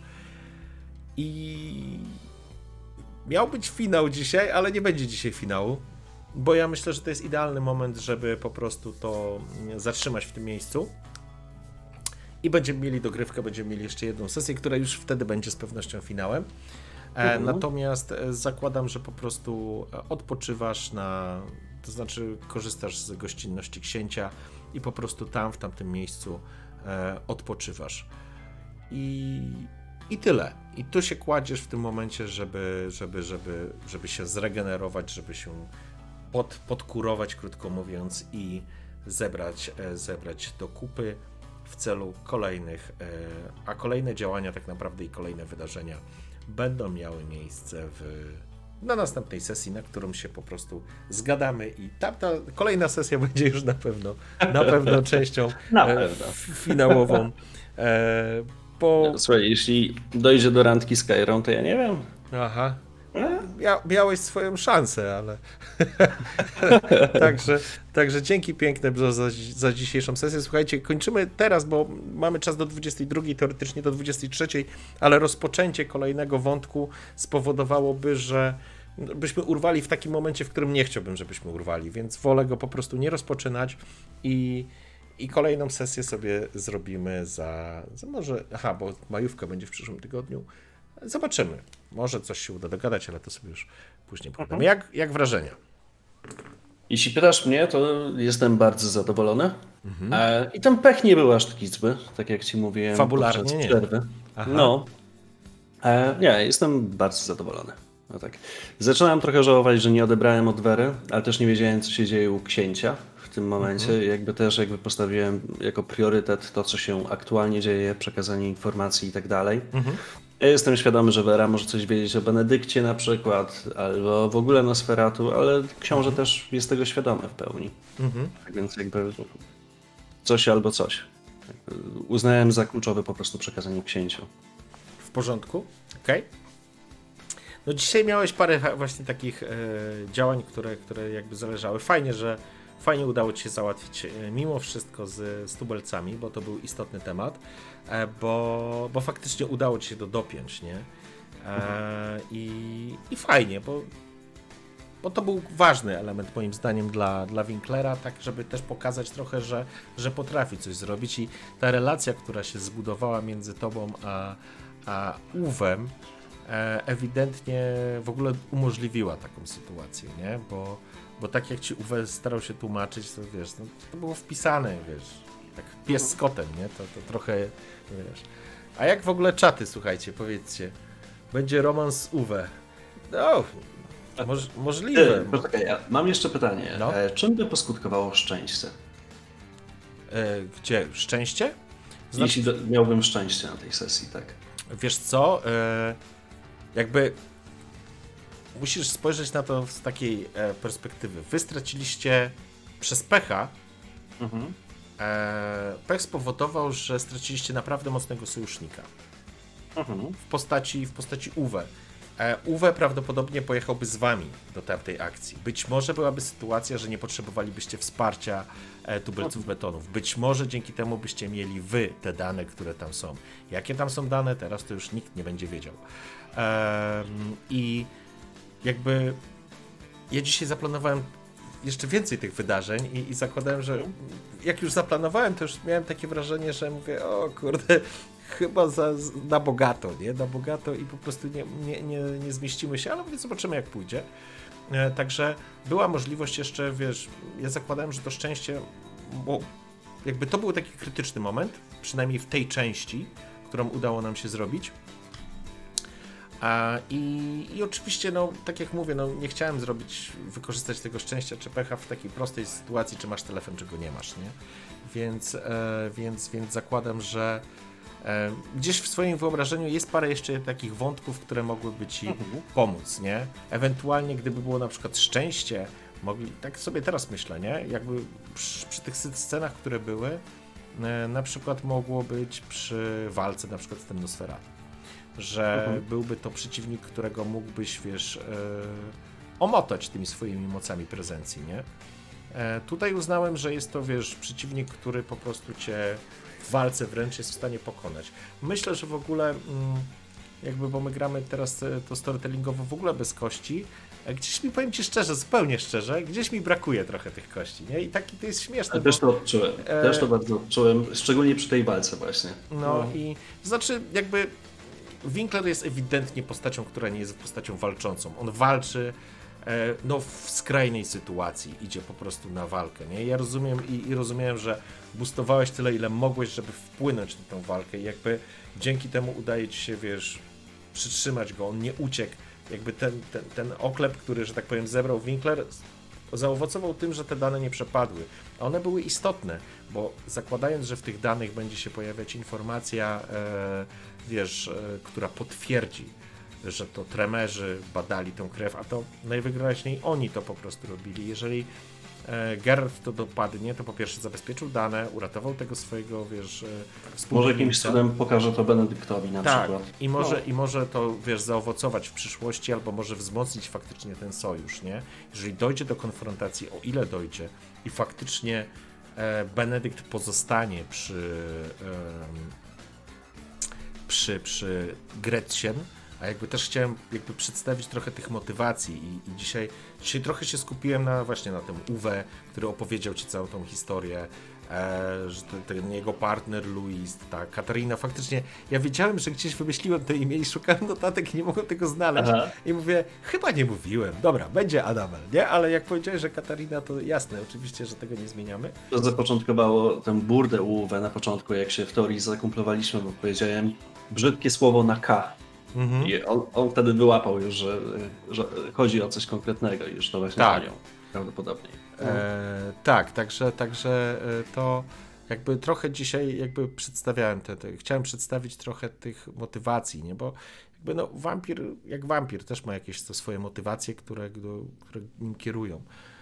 I miał być finał dzisiaj, ale nie będzie dzisiaj finału, bo ja myślę, że to jest idealny moment, żeby po prostu to zatrzymać w tym miejscu. I będziemy mieli dogrywkę, będziemy mieli jeszcze jedną sesję, która już wtedy będzie z pewnością finałem. Natomiast zakładam, że po prostu odpoczywasz to znaczy korzystasz z gościnności księcia i po prostu tam, w tamtym miejscu odpoczywasz. I tyle. I tu się kładziesz w tym momencie, żeby się zregenerować, żeby się podkurować, krótko mówiąc, i zebrać do kupy w celu kolejnych, a kolejne działania tak naprawdę i kolejne wydarzenia będą miały miejsce na następnej sesji, na którą się po prostu zgadamy i ta kolejna sesja będzie już na pewno częścią finałową.
Słuchaj, jeśli dojdzie do randki z Keirą, to ja nie wiem.
Aha. Miałeś swoją szansę, ale także dzięki piękne za dzisiejszą sesję. Słuchajcie, kończymy teraz, bo mamy czas do 22, teoretycznie do 23, ale rozpoczęcie kolejnego wątku spowodowałoby, że byśmy urwali w takim momencie, w którym nie chciałbym, żebyśmy urwali, więc wolę go po prostu nie rozpoczynać i kolejną sesję sobie zrobimy za może, bo majówka będzie w przyszłym tygodniu. Zobaczymy. Może coś się uda dogadać, ale to sobie już później pogadamy. Jak wrażenia?
Jeśli pytasz mnie, to jestem bardzo zadowolony. I ten pech nie był aż taki zły, tak jak ci mówiłem
Fabularnie
podczas
nie.
przerwy.
Aha.
No, nie, jestem bardzo zadowolony. No tak. Zaczynałem trochę żałować, że nie odebrałem od Wery, ale też nie wiedziałem, co się dzieje u księcia w tym momencie. Jakby postawiłem jako priorytet to, co się aktualnie dzieje, przekazanie informacji i tak dalej. Ja jestem świadomy, że Wera może coś wiedzieć o Benedykcie na przykład, albo w ogóle Nosferatu, ale książę też jest tego świadomy w pełni. Tak więc jakby coś albo coś. Uznałem za kluczowe po prostu przekazanie księciu.
W porządku, okej. No dzisiaj miałeś parę właśnie takich działań, które jakby zależały. Fajnie udało ci się załatwić mimo wszystko z tubelcami, bo to był istotny temat, bo faktycznie udało ci się to dopiąć, nie? I fajnie, bo to był ważny element moim zdaniem dla Winklera, tak żeby też pokazać trochę, że potrafi coś zrobić i ta relacja, która się zbudowała między tobą a Uwem, ewidentnie w ogóle umożliwiła taką sytuację, nie? Bo tak jak ci Uwe starał się tłumaczyć, to wiesz, no, to było wpisane, wiesz, jak pies z kotem, nie? To trochę, wiesz. A jak w ogóle czaty, słuchajcie, powiedzcie, będzie romans z Uwe? No, możliwe.
Poczekaj, ja mam jeszcze pytanie.
No.
Czym by poskutkowało szczęście?
Gdzie? Szczęście?
Jeśli miałbym szczęście na tej sesji, tak.
Wiesz co, jakby musisz spojrzeć na to z takiej perspektywy. Wy straciliście przez pecha. Pech spowodował, że straciliście naprawdę mocnego sojusznika. W postaci Uwe. Uwe prawdopodobnie pojechałby z wami do tamtej akcji. Być może byłaby sytuacja, że nie potrzebowalibyście wsparcia tubelców betonów. Być może dzięki temu byście mieli wy te dane, które tam są. Jakie tam są dane, teraz to już nikt nie będzie wiedział. I jakby ja dzisiaj zaplanowałem jeszcze więcej tych wydarzeń i zakładałem, że jak już zaplanowałem, to już miałem takie wrażenie, że mówię, o kurde, chyba na bogato, nie? Na bogato i po prostu nie zmieścimy się, ale mówię, zobaczymy jak pójdzie. Także była możliwość jeszcze, wiesz, ja zakładałem, że to szczęście, bo jakby to był taki krytyczny moment, przynajmniej w tej części, którą udało nam się zrobić. I oczywiście, no, tak jak mówię, no, nie chciałem wykorzystać tego szczęścia czy pecha w takiej prostej sytuacji, czy masz telefon, czy go nie masz, nie? Więc zakładam, że gdzieś w swoim wyobrażeniu jest parę jeszcze takich wątków, które mogłyby ci pomóc, nie? Ewentualnie, gdyby było na przykład szczęście, tak sobie teraz myślę, nie? Jakby przy tych scenach, które były, na przykład mogło być przy walce na przykład z tym Nosferatu, że byłby to przeciwnik, którego mógłbyś, wiesz, omotać tymi swoimi mocami prezencji, nie? Tutaj uznałem, że jest to, wiesz, przeciwnik, który po prostu cię w walce wręcz jest w stanie pokonać. Myślę, że w ogóle jakby, bo my gramy teraz to storytellingowo w ogóle bez kości, gdzieś mi, powiem ci szczerze, zupełnie szczerze, gdzieś mi brakuje trochę tych kości, nie? I taki to jest śmieszne.
Też to odczułem, też to bardzo odczułem, szczególnie przy tej walce właśnie.
No i to znaczy jakby Winkler jest ewidentnie postacią, która nie jest postacią walczącą. On walczy no, w skrajnej sytuacji, idzie po prostu na walkę, nie? Ja rozumiem i rozumiałem, że boostowałeś tyle, ile mogłeś, żeby wpłynąć na tę walkę i jakby dzięki temu udaje ci się, wiesz, przytrzymać go, on nie uciekł. Jakby ten oklep, który, że tak powiem, zebrał Winkler, zaowocował tym, że te dane nie przepadły. A one były istotne, bo zakładając, że w tych danych będzie się pojawiać informacja, wiesz, która potwierdzi, że to tremerzy badali tą krew, a to najwyraźniej oni to po prostu robili. Jeżeli Geralt to dopadnie, to po pierwsze zabezpieczył dane, uratował tego swojego, wiesz, wspólnika.
Może jakimś cudem pokaże to Benedyktowi na przykład.
I może to, wiesz, zaowocować w przyszłości, albo może wzmocnić faktycznie ten sojusz, nie? Jeżeli dojdzie do konfrontacji, o ile dojdzie i faktycznie Benedykt pozostanie przy Gretchen, a jakby też chciałem jakby przedstawić trochę tych motywacji i dzisiaj trochę się skupiłem właśnie na tym Uwe, który opowiedział ci całą tą historię, że ten jego partner Louis, tak, Katarina, faktycznie, ja wiedziałem, że gdzieś wymyśliłem to imię i szukałem notatek i nie mogłem tego znaleźć.
Aha.
I mówię, chyba nie mówiłem, dobra, będzie Anabel, nie? Ale jak powiedziałeś, że Katarina, to jasne, oczywiście, że tego nie zmieniamy.
To zapoczątkowało tę burdę u Uwe na początku, jak się w teorii zakumplowaliśmy, bo powiedziałem brzydkie słowo na K. I on wtedy wyłapał już, że chodzi o coś konkretnego i już to właśnie
Tak.
panią prawdopodobnie.
Tak, także to jakby trochę dzisiaj jakby przedstawiałem chciałem przedstawić trochę tych motywacji, nie? Bo jakby no wampir, jak wampir też ma jakieś to swoje motywacje, które nim kierują.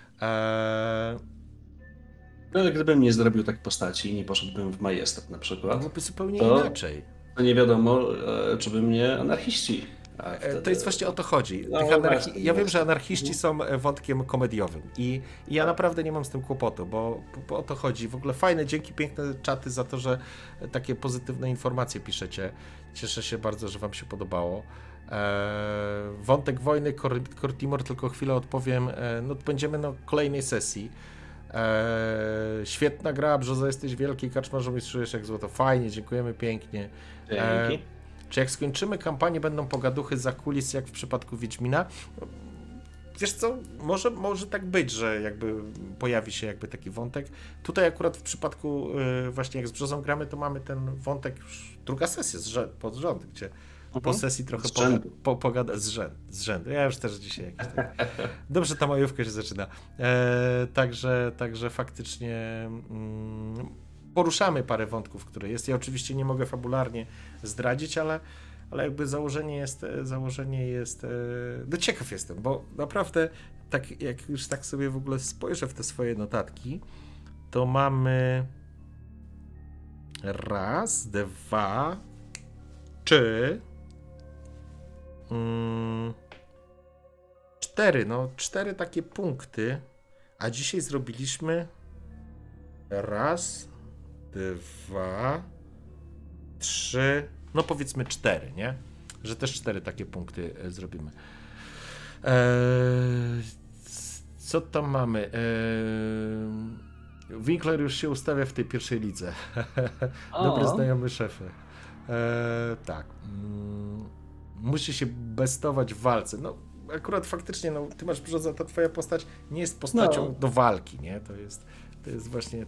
No, ale gdybym nie zrobił tak postaci i nie poszedłbym w majestat na przykład,
Byłoby zupełnie
to-
inaczej.
to nie wiadomo, czy by mnie anarchiści.
To jest właśnie o to chodzi.
No, właśnie,
Ja wiem,
właśnie.
że anarchiści są wątkiem komediowym i ja naprawdę nie mam z tym kłopotu, bo o to chodzi. W ogóle fajne, dzięki, piękne czaty za to, że takie pozytywne informacje piszecie. Cieszę się bardzo, że wam się podobało. Wątek wojny, Cortimor, tylko chwilę odpowiem. No, będziemy na kolejnej sesji. Świetna gra, Brzoza, jesteś wielki, kaczmarzu mistrzujesz jak złoto. Fajnie, dziękujemy pięknie.
Dzięki.
Czy jak skończymy kampanię, będą pogaduchy za kulis, jak w przypadku Wiedźmina? Wiesz co, może tak być, że jakby pojawi się jakby taki wątek. Tutaj akurat w przypadku właśnie jak z Brzozą gramy, to mamy ten wątek już druga sesja pod rząd, gdzie po sesji trochę
Z rzędu.
pogada z rzędu. Ja już też dzisiaj jakiś tak. Dobrze, ta majówka się zaczyna. Także faktycznie poruszamy parę wątków, które jest. Ja oczywiście nie mogę fabularnie zdradzić, ale jakby założenie jest no ciekaw jestem, bo naprawdę tak jak już tak sobie w ogóle spojrzę w te swoje notatki, to mamy raz, dwa, trzy, cztery takie punkty, a dzisiaj zrobiliśmy raz, dwa, trzy, no powiedzmy 4, nie? Że też 4 takie punkty zrobimy. Co tam mamy? Winkler już się ustawia w tej pierwszej lidze. Dobry znajomy szefy. Tak. Musi się bestować w walce. No akurat faktycznie, no ty masz Brzoza, ta twoja postać nie jest postacią do walki, nie? To jest właśnie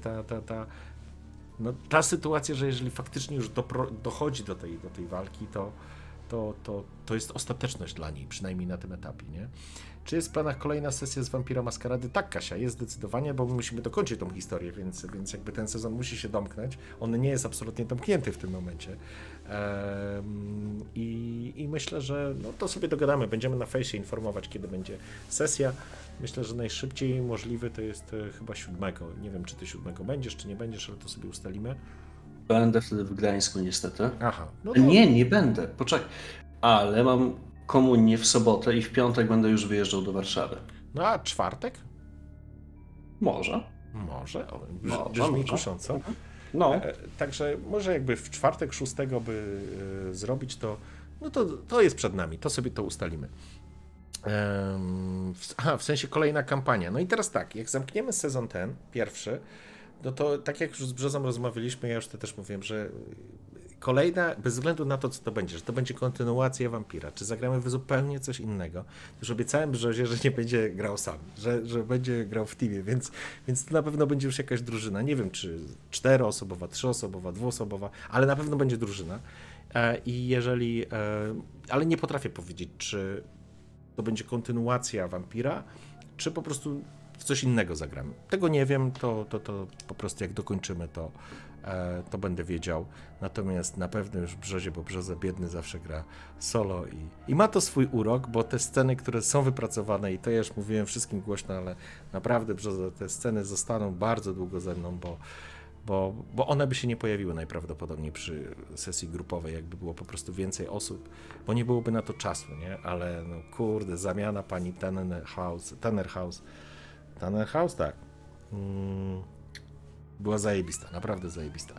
ta sytuacja, że jeżeli faktycznie już dochodzi do tej walki, to jest ostateczność dla niej, przynajmniej na tym etapie, nie? Czy jest w planach kolejna sesja z Vampira Maskarady? Tak, Kasia, jest zdecydowanie, bo my musimy dokończyć tą historię, więc jakby ten sezon musi się domknąć. On nie jest absolutnie domknięty w tym momencie. I myślę, że no, to sobie dogadamy. Będziemy na fejsie informować, kiedy będzie sesja. Myślę, że najszybciej możliwy to jest chyba 7. Nie wiem, czy ty 7 będziesz, czy nie będziesz, ale to sobie ustalimy.
Będę wtedy w Gdańsku niestety.
Aha. No to...
Nie będę. Poczekaj. Ale mam komunię w sobotę i w piątek będę już wyjeżdżał do Warszawy.
No a czwartek?
Może.
Może.
Może.
Brzmi kusząco.
No.
Także może jakby w czwartek 6 by zrobić to, no to jest przed nami, to sobie to ustalimy. W sensie kolejna kampania. No i teraz tak, jak zamkniemy sezon ten, pierwszy, no to tak jak już z Brzozą rozmawialiśmy, ja już to też mówiłem, że kolejna, bez względu na to, co to będzie, że to będzie kontynuacja Wampira, czy zagramy w zupełnie coś innego, już obiecałem Brzozie, że nie będzie grał sam, że będzie grał w teamie, więc to na pewno będzie już jakaś drużyna. Nie wiem, czy 4-osobowa, 3-osobowa, 2-osobowa, ale na pewno będzie drużyna. I jeżeli, ale nie potrafię powiedzieć, czy to będzie kontynuacja Wampira, czy po prostu w coś innego zagramy. Tego nie wiem, to po prostu jak dokończymy, to będę wiedział. Natomiast na pewno już Brzozie, bo Brzoza biedny zawsze gra solo i ma to swój urok, bo te sceny, które są wypracowane, i to ja już mówiłem wszystkim głośno, ale naprawdę Brzoza, te sceny zostaną bardzo długo ze mną, bo one by się nie pojawiły najprawdopodobniej przy sesji grupowej, jakby było po prostu więcej osób, bo nie byłoby na to czasu, nie? Ale no kurde, zamiana pani Tannerhaus, tak. Była zajebista, naprawdę zajebista.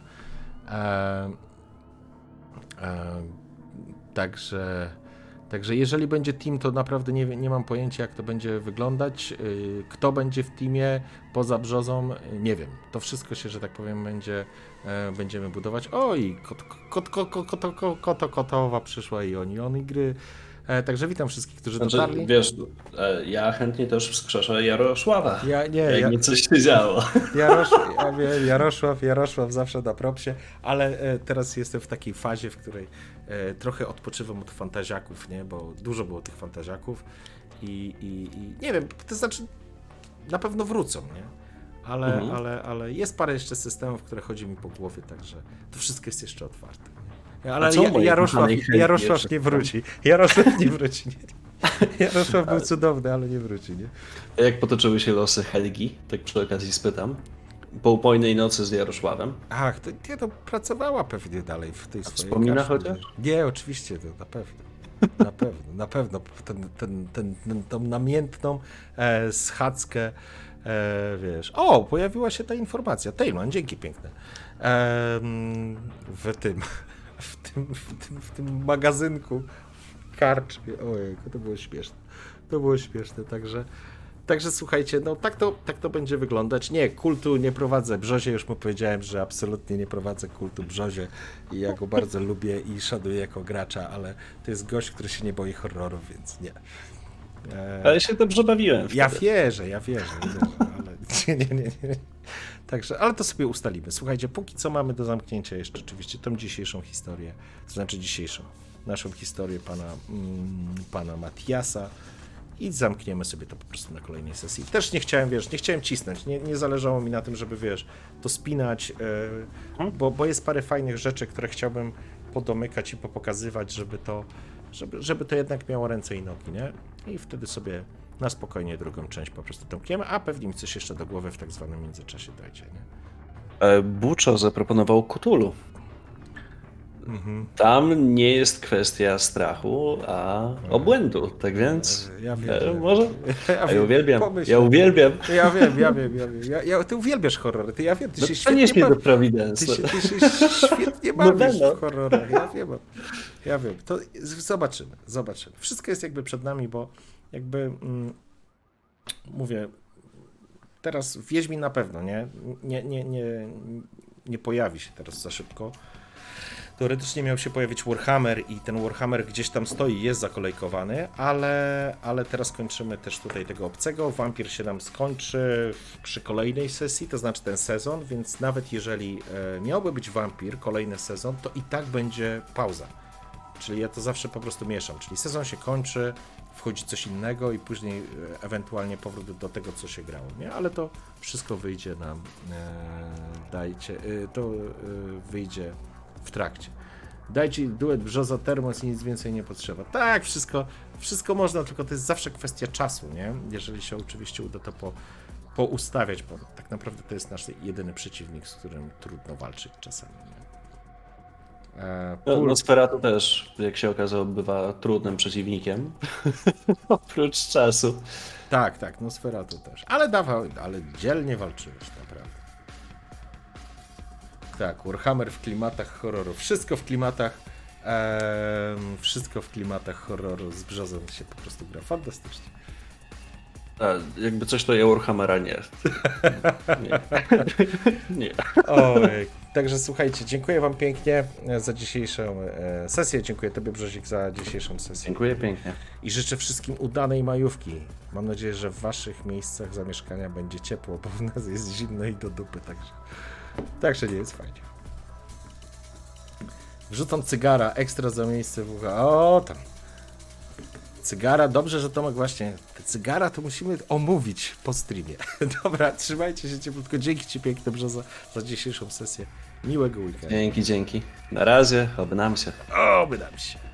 Także jeżeli będzie team, to naprawdę nie mam pojęcia, jak to będzie wyglądać. Kto będzie w teamie poza Brzozą, nie wiem. To wszystko się, że tak powiem, będziemy budować. Oj, Kotowa przyszła i oni gry. Także witam wszystkich, którzy dotarli.
Wiesz, ja chętnie też wskrzeszę Jarosława. Jakby coś się działo.
Jarosław zawsze na propsie, ale teraz jestem w takiej fazie, w której trochę odpoczywam od fantaziaków, nie? Bo dużo było tych fantaziaków i nie wiem, to znaczy na pewno wrócą, nie? Ale jest parę jeszcze systemów, które chodzi mi po głowie, także to wszystko jest jeszcze otwarte. Ale Jarosław nie wróci. Jarosław nie wróci. Jarosław był cudowny, ale nie wróci, nie?
Jak potoczyły się losy Helgi, tak przy okazji spytam, po upojnej nocy z Jarosławem.
Ach, to pracowała pewnie dalej w tej swojej
Wspomina
kaszy.
chociaż?
Nie, oczywiście, to na pewno. Tą namiętną schadzkę, wiesz. O, pojawiła się ta informacja. Tejman, dzięki piękne. W tym magazynku karczmie. Ojejku, to było śmieszne. Także słuchajcie, no tak to będzie wyglądać. Nie, kultu nie prowadzę Brzozie, już mu powiedziałem, że absolutnie nie prowadzę kultu Brzozie i ja go bardzo lubię i szanuję jako gracza, ale to jest gość, który się nie boi horrorów, więc nie.
Ale się dobrze bawiłem.
Ja wierzę, ale nie. Także, ale to sobie ustalimy. Słuchajcie, póki co mamy do zamknięcia jeszcze oczywiście tą dzisiejszą historię, to znaczy naszą historię pana Matiasa i zamkniemy sobie to po prostu na kolejnej sesji. Też nie chciałem cisnąć, nie zależało mi na tym, żeby, to spinać, bo jest parę fajnych rzeczy, które chciałbym podomykać i popokazywać, żeby to jednak miało ręce i nogi, nie? I wtedy sobie na spokojnie drugą część po prostu domkniemy, a pewnie mi coś jeszcze do głowy w tak zwanym międzyczasie dojdzie, nie?
Buczo zaproponował Cthulhu. Tam nie jest kwestia strachu, a obłędu, tak więc
ja wiem,
może? Ja uwielbiam.
Ty uwielbiasz horrory, ja wiem, ty się
świetnie
świetnie
do Providence.
Ty się świetnie bawisz w horrorach, ja wiem. To zobaczymy. Wszystko jest jakby przed nami, bo jakby mówię, teraz Wiedźmin na pewno, nie pojawi się teraz za szybko. Teoretycznie miał się pojawić Warhammer i ten Warhammer gdzieś tam stoi, jest zakolejkowany, ale teraz kończymy też tutaj tego obcego. Wampir się nam skończy przy kolejnej sesji, to znaczy ten sezon, więc nawet jeżeli miałby być Wampir, kolejny sezon, to i tak będzie pauza. Czyli ja to zawsze po prostu mieszam, czyli sezon się kończy, wchodzi coś innego i później ewentualnie powrót do tego, co się grało, nie? Ale to wszystko wyjdzie nam, wyjdzie w trakcie. Dajcie duet Brzoza Termos i nic więcej nie potrzeba. Tak, wszystko można, tylko to jest zawsze kwestia czasu, nie? Jeżeli się oczywiście uda to poustawiać, bo tak naprawdę to jest nasz jedyny przeciwnik, z którym trudno walczyć czasami, nie?
Nosferatu też, jak się okazało, bywa trudnym przeciwnikiem. Oprócz czasu.
Tak, Nosferatu też. Ale dzielnie walczyłeś, naprawdę. Tak, Warhammer w klimatach horroru. Wszystko w klimatach horroru z Brzozem się po prostu gra fantastycznie.
Jakby coś, to ja Warhammera nie. Nie.
Oj, także słuchajcie, dziękuję wam pięknie za dzisiejszą sesję. Dziękuję tobie, Brzozik, za dzisiejszą sesję.
Dziękuję pięknie.
I życzę wszystkim udanej majówki. Mam nadzieję, że w waszych miejscach zamieszkania będzie ciepło, bo w nas jest zimno i do dupy, także nie jest fajnie. Wrzucam cygara, ekstra za miejsce w ucha. O, tam. Cygara, dobrze, że Tomek właśnie, te cygara to musimy omówić po streamie. Dobra, trzymajcie się cieplutko. Dzięki ci piękne, Brzoza, za dzisiejszą sesję. Miłego weekendu.
Dzięki. Na razie, oby nam się.
Oby nam się.